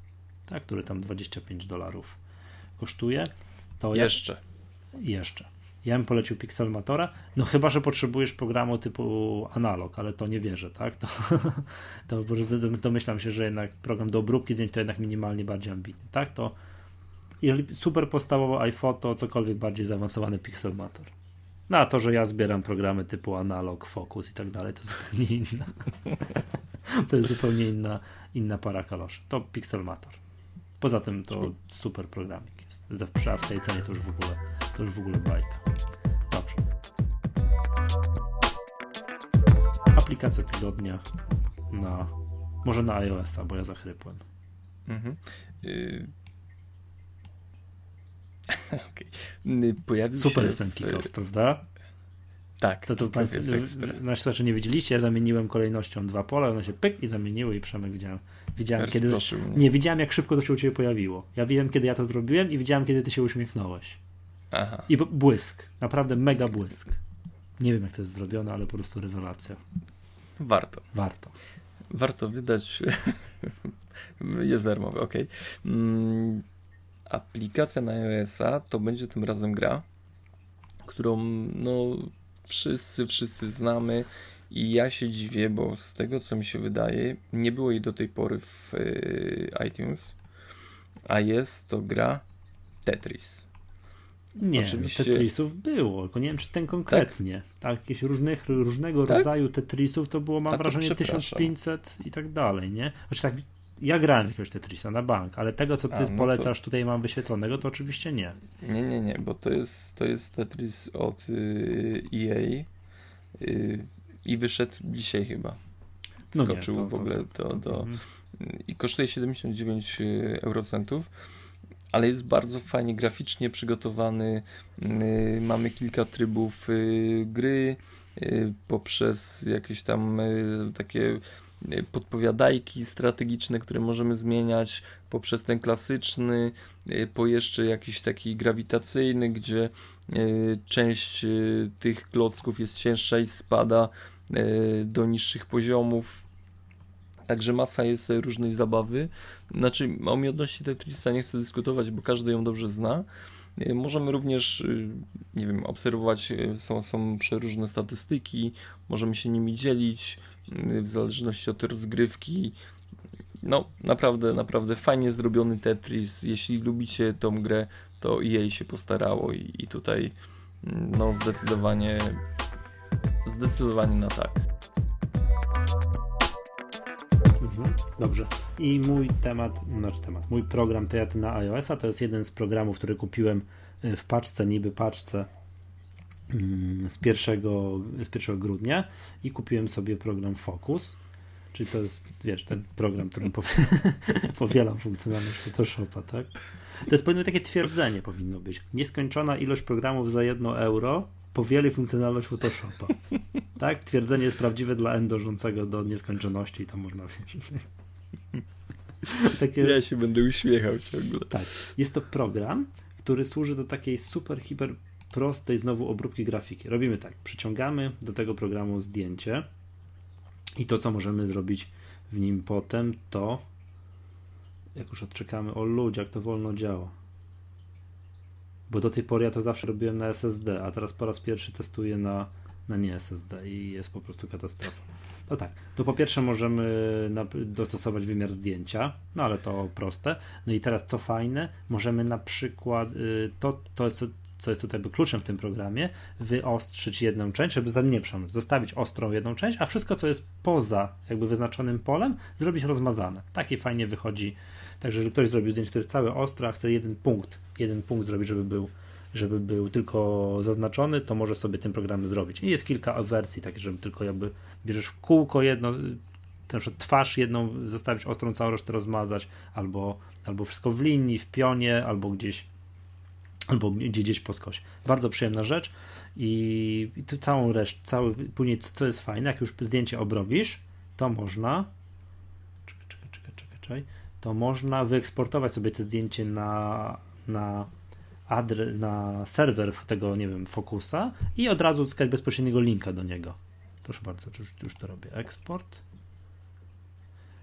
tak, który tam dwadzieścia pięć dolarów kosztuje. To jeszcze. Ja, jeszcze. Ja bym polecił Pixelmatora, no chyba, że potrzebujesz programu typu analog, ale to nie wierzę, tak? To, to po prostu domyślam się, że jednak program do obróbki zdjęć to jednak minimalnie bardziej ambitny, tak? To jeżeli super podstawowo iPhoto, cokolwiek bardziej zaawansowany Pixelmator. No a to, że ja zbieram programy typu analog, focus i tak dalej, to zupełnie inna. To jest zupełnie inna, inna para kaloszy. To Pixelmator. Poza tym to super programik jest. Zawsze w tej cenie to już w ogóle, to już w ogóle bajka. Dobrze. Aplikacja tygodnia na, może na iOS-a, bo ja zachrypłem. Mhm. Y- okay. Pojawił super się jest ten kick-off, w... prawda? Tak. To, to państwo, nasi słuchacze nie widzieliście, ja zamieniłem kolejnością dwa pola, one się pyk i zamieniły i Przemek widziałem. Widziałem kiedy, nie, widziałem jak szybko to się u ciebie pojawiło. Ja wiem kiedy ja to zrobiłem i widziałem kiedy ty się uśmiechnąłeś. Aha. I błysk, naprawdę mega błysk. Nie wiem jak to jest zrobione, ale po prostu rewelacja. Warto. Warto. Warto wydać. Jest darmowy, ok. Mm, aplikacja na iOS-a to będzie tym razem gra, którą no wszyscy, wszyscy znamy i ja się dziwię, bo z tego co mi się wydaje, nie było jej do tej pory w y, iTunes, a jest to gra Tetris. Nie, Oczywiście... Tetrisów było, tylko nie wiem czy ten konkretnie. Tak, tak jakieś różnych, różnego tak? rodzaju Tetrisów to było, mam a wrażenie, tysiąc pięćset i tak dalej, nie? Znaczy tak, ja grałem jakiegoś Tetrisa na bank, ale tego co ty a, no polecasz to... tutaj mam wyświetlonego, to oczywiście nie. Nie, nie, nie, bo to jest, to jest Tetris od y, E A y, i wyszedł dzisiaj chyba. Skoczył no nie, to, w ogóle to, to, to, do... Mhm. I kosztuje siedemdziesiąt dziewięć eurocentów, ale jest bardzo fajnie graficznie przygotowany. Yy, mamy kilka trybów yy, gry yy, poprzez jakieś tam yy, takie yy, podpowiadajki strategiczne, które możemy zmieniać, poprzez ten klasyczny, yy, po jeszcze jakiś taki grawitacyjny, gdzie yy, część yy, tych klocków jest cięższa i spada yy, do niższych poziomów. Także masa jest różnej zabawy. Znaczy, o umiejętności Tetrisa nie chcę dyskutować, bo każdy ją dobrze zna. Możemy również, nie wiem, obserwować, są, są przeróżne statystyki, możemy się nimi dzielić w zależności od rozgrywki. No, naprawdę, naprawdę fajnie zrobiony Tetris. Jeśli lubicie tą grę, to E A się postarało i, i tutaj no zdecydowanie zdecydowanie na tak. Mhm, dobrze. I mój temat, znaczy temat, mój program to ja na iOS-a to jest jeden z programów, który kupiłem w paczce, niby paczce z pierwszego, z pierwszego grudnia i kupiłem sobie program Focus, czyli to jest, wiesz, ten program, którym powielam funkcjonalność Photoshopa, tak? To jest powinno takie twierdzenie powinno być. Nieskończona ilość programów za jedno euro powieli funkcjonalność Photoshopa. Tak? Twierdzenie jest prawdziwe dla N dążącego do nieskończoności i to można wierzyć. Takie... Ja się będę uśmiechał ciągle. Tak. Jest to program, który służy do takiej super, hiper prostej znowu obróbki grafiki. Robimy tak. Przyciągamy do tego programu zdjęcie i to, co możemy zrobić w nim potem, to jak już odczekamy, o ludziach, to wolno działa. Bo do tej pory ja to zawsze robiłem na S S D, a teraz po raz pierwszy testuję na, na nie S S D i jest po prostu katastrofa. No tak, to po pierwsze możemy na, dostosować wymiar zdjęcia, no ale to proste. No i teraz co fajne, możemy na przykład y, to, to jest, co jest tutaj jakby kluczem w tym programie, wyostrzyć jedną część, żeby zamniejszą, zostawić ostrą jedną część, a wszystko co jest poza jakby wyznaczonym polem zrobić rozmazane. Taki fajnie wychodzi. Także jeżeli ktoś zrobił zdjęcie, które jest całe ostre, a chce jeden punkt, jeden punkt zrobić, żeby był, żeby był tylko zaznaczony, to może sobie tym programem zrobić. I jest kilka wersji takich, żeby tylko jakby bierzesz w kółko jedno, na przykład twarz jedną zostawić ostrą, całą resztę rozmazać, albo, albo wszystko w linii, w pionie, albo gdzieś albo gdzieś, gdzieś po skosie. Bardzo przyjemna rzecz i, i to całą resztę, cały, później co, co jest fajne, jak już zdjęcie obrobisz, to można czekaj, czekaj, czekaj, czekaj, czekaj to można wyeksportować sobie to zdjęcie na, na, adre, na serwer tego, nie wiem, Focusa i od razu uzyskać bezpośredniego linka do niego. Proszę bardzo, już, już to robię. Eksport.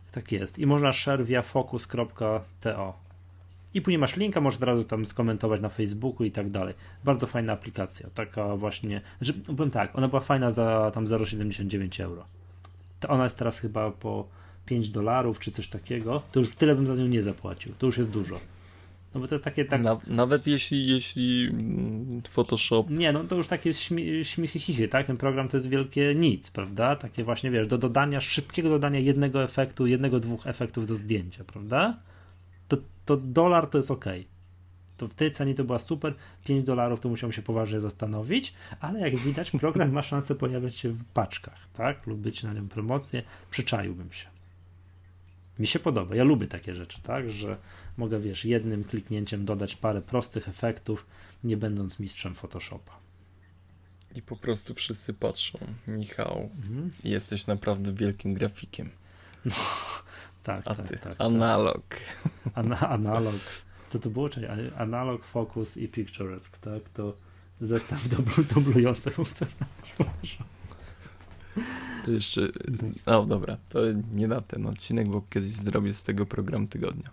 Tak jest. I można share via focus kropka to. I później masz linka, możesz od razu tam skomentować na Facebooku i tak dalej. Bardzo fajna aplikacja. Taka właśnie, znaczy powiem tak, ona była fajna za tam zero przecinek siedemdziesiąt dziewięć euro. To ona jest teraz chyba po pięć dolarów czy coś takiego. To już tyle bym za nią nie zapłacił. To już jest dużo. No bo to jest takie tak... Na, nawet jeśli, jeśli Photoshop... Nie, no to już takie śmi- śmichy chichy, tak? Ten program to jest wielkie nic, prawda? Takie właśnie, wiesz, do dodania, szybkiego dodania jednego efektu, jednego, dwóch efektów do zdjęcia, prawda? To, to dolar to jest ok. To w tej cenie to była super. pięć dolarów to musiałem się poważnie zastanowić, ale jak widać program ma szansę pojawiać się w paczkach, tak? Lub być na nim promocję. Przyczaiłbym się. Mi się podoba. Ja lubię takie rzeczy, tak? Że mogę, wiesz, jednym kliknięciem dodać parę prostych efektów, nie będąc mistrzem Photoshopa. I po prostu wszyscy patrzą. Michał, Mhm. jesteś naprawdę wielkim grafikiem. No, tak, A tak, ty, tak. analog. Tak. Ana- analog. Co to było? Czyli analog, focus i picturesque, tak? To zestaw dublu- dublujący funkcjonalność. To jeszcze... No dobra, to nie na ten odcinek, bo kiedyś zrobię z tego program tygodnia.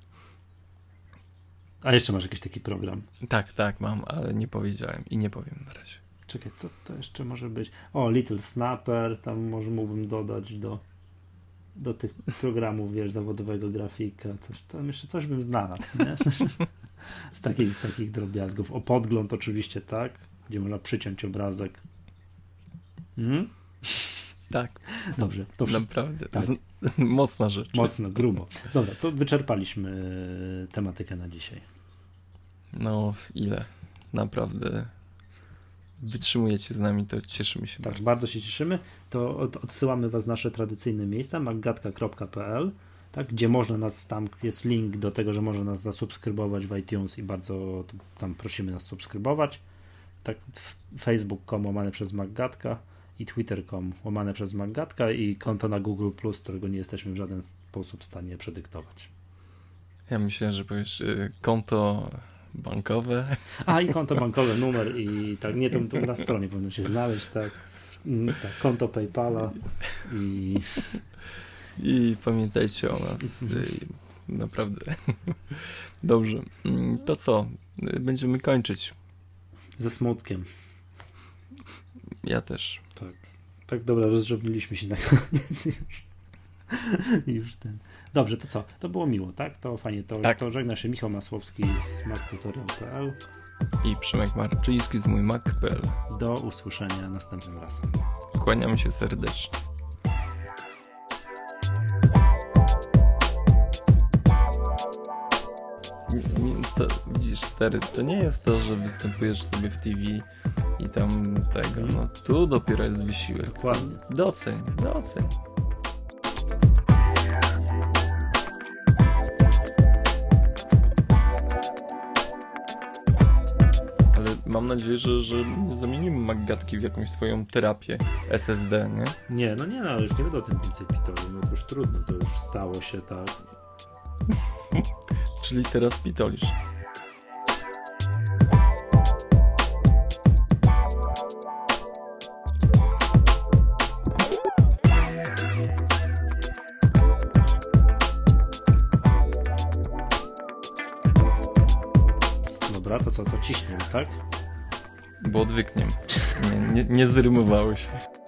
A jeszcze masz jakiś taki program? Tak, tak, mam, ale nie powiedziałem i nie powiem na razie. Czekaj, co to jeszcze może być? O, Little Snapper, tam może mógłbym dodać do, do tych programów, wiesz, zawodowego grafika. Coś, tam jeszcze coś bym znalazł, nie? Z takich, z takich drobiazgów. O, podgląd oczywiście, tak? Gdzie można przyciąć obrazek. Mhm. Tak. Dobrze. To wszystko. Naprawdę. Tak. Z... Mocna rzecz. Mocno, grubo. Dobra, to wyczerpaliśmy tematykę na dzisiaj. No, ile? Naprawdę wytrzymujecie z nami, to cieszymy się Tak, bardzo. bardzo się cieszymy. To od, odsyłamy was w nasze tradycyjne miejsca, maggatka kropka p l, tak, gdzie można nas, tam jest link do tego, że można nas zasubskrybować w iTunes i bardzo tam prosimy nas subskrybować. Tak, facebook kropka com łamane przez Maggatka i twitter kropka com łamane przez Maggatka i konto na Google plus, którego nie jesteśmy w żaden sposób w stanie przedyktować. Ja myślę, że powiesz y, konto bankowe. A i konto bankowe, numer i tak, nie, to, to na stronie powinno się znaleźć, tak. Tak, konto PayPala i... I pamiętajcie o nas. Y, naprawdę. Dobrze. To co? Będziemy kończyć. Ze smutkiem. Ja też. Tak. Tak, dobra, rozrzewniliśmy się na koniec już. Już ten. Dobrze, to co? To było miło, tak? To fajnie. To, tak. To żegna się Michał Masłowski z mac tutorial kropka p l i Przemek Marczyński z mój mac kropka p l. Do usłyszenia następnym razem. Kłaniam się serdecznie. To, widzisz, stary, to nie jest to, że występujesz sobie w T V i tam tego, no tu dopiero jest wysiłek. Dokładnie. Doceń, doceń. Ale mam nadzieję, że, że nie zamienimy Maggatki w jakąś twoją terapię S S D, nie? Nie, no nie, no już nie będę o tym więcej pitolił, no to już trudno, to już stało się tak. Czyli teraz pitolisz. Dobra, to co, to ciśniemy, tak? Bo odwykniem. Nie, nie, nie zrymowało się.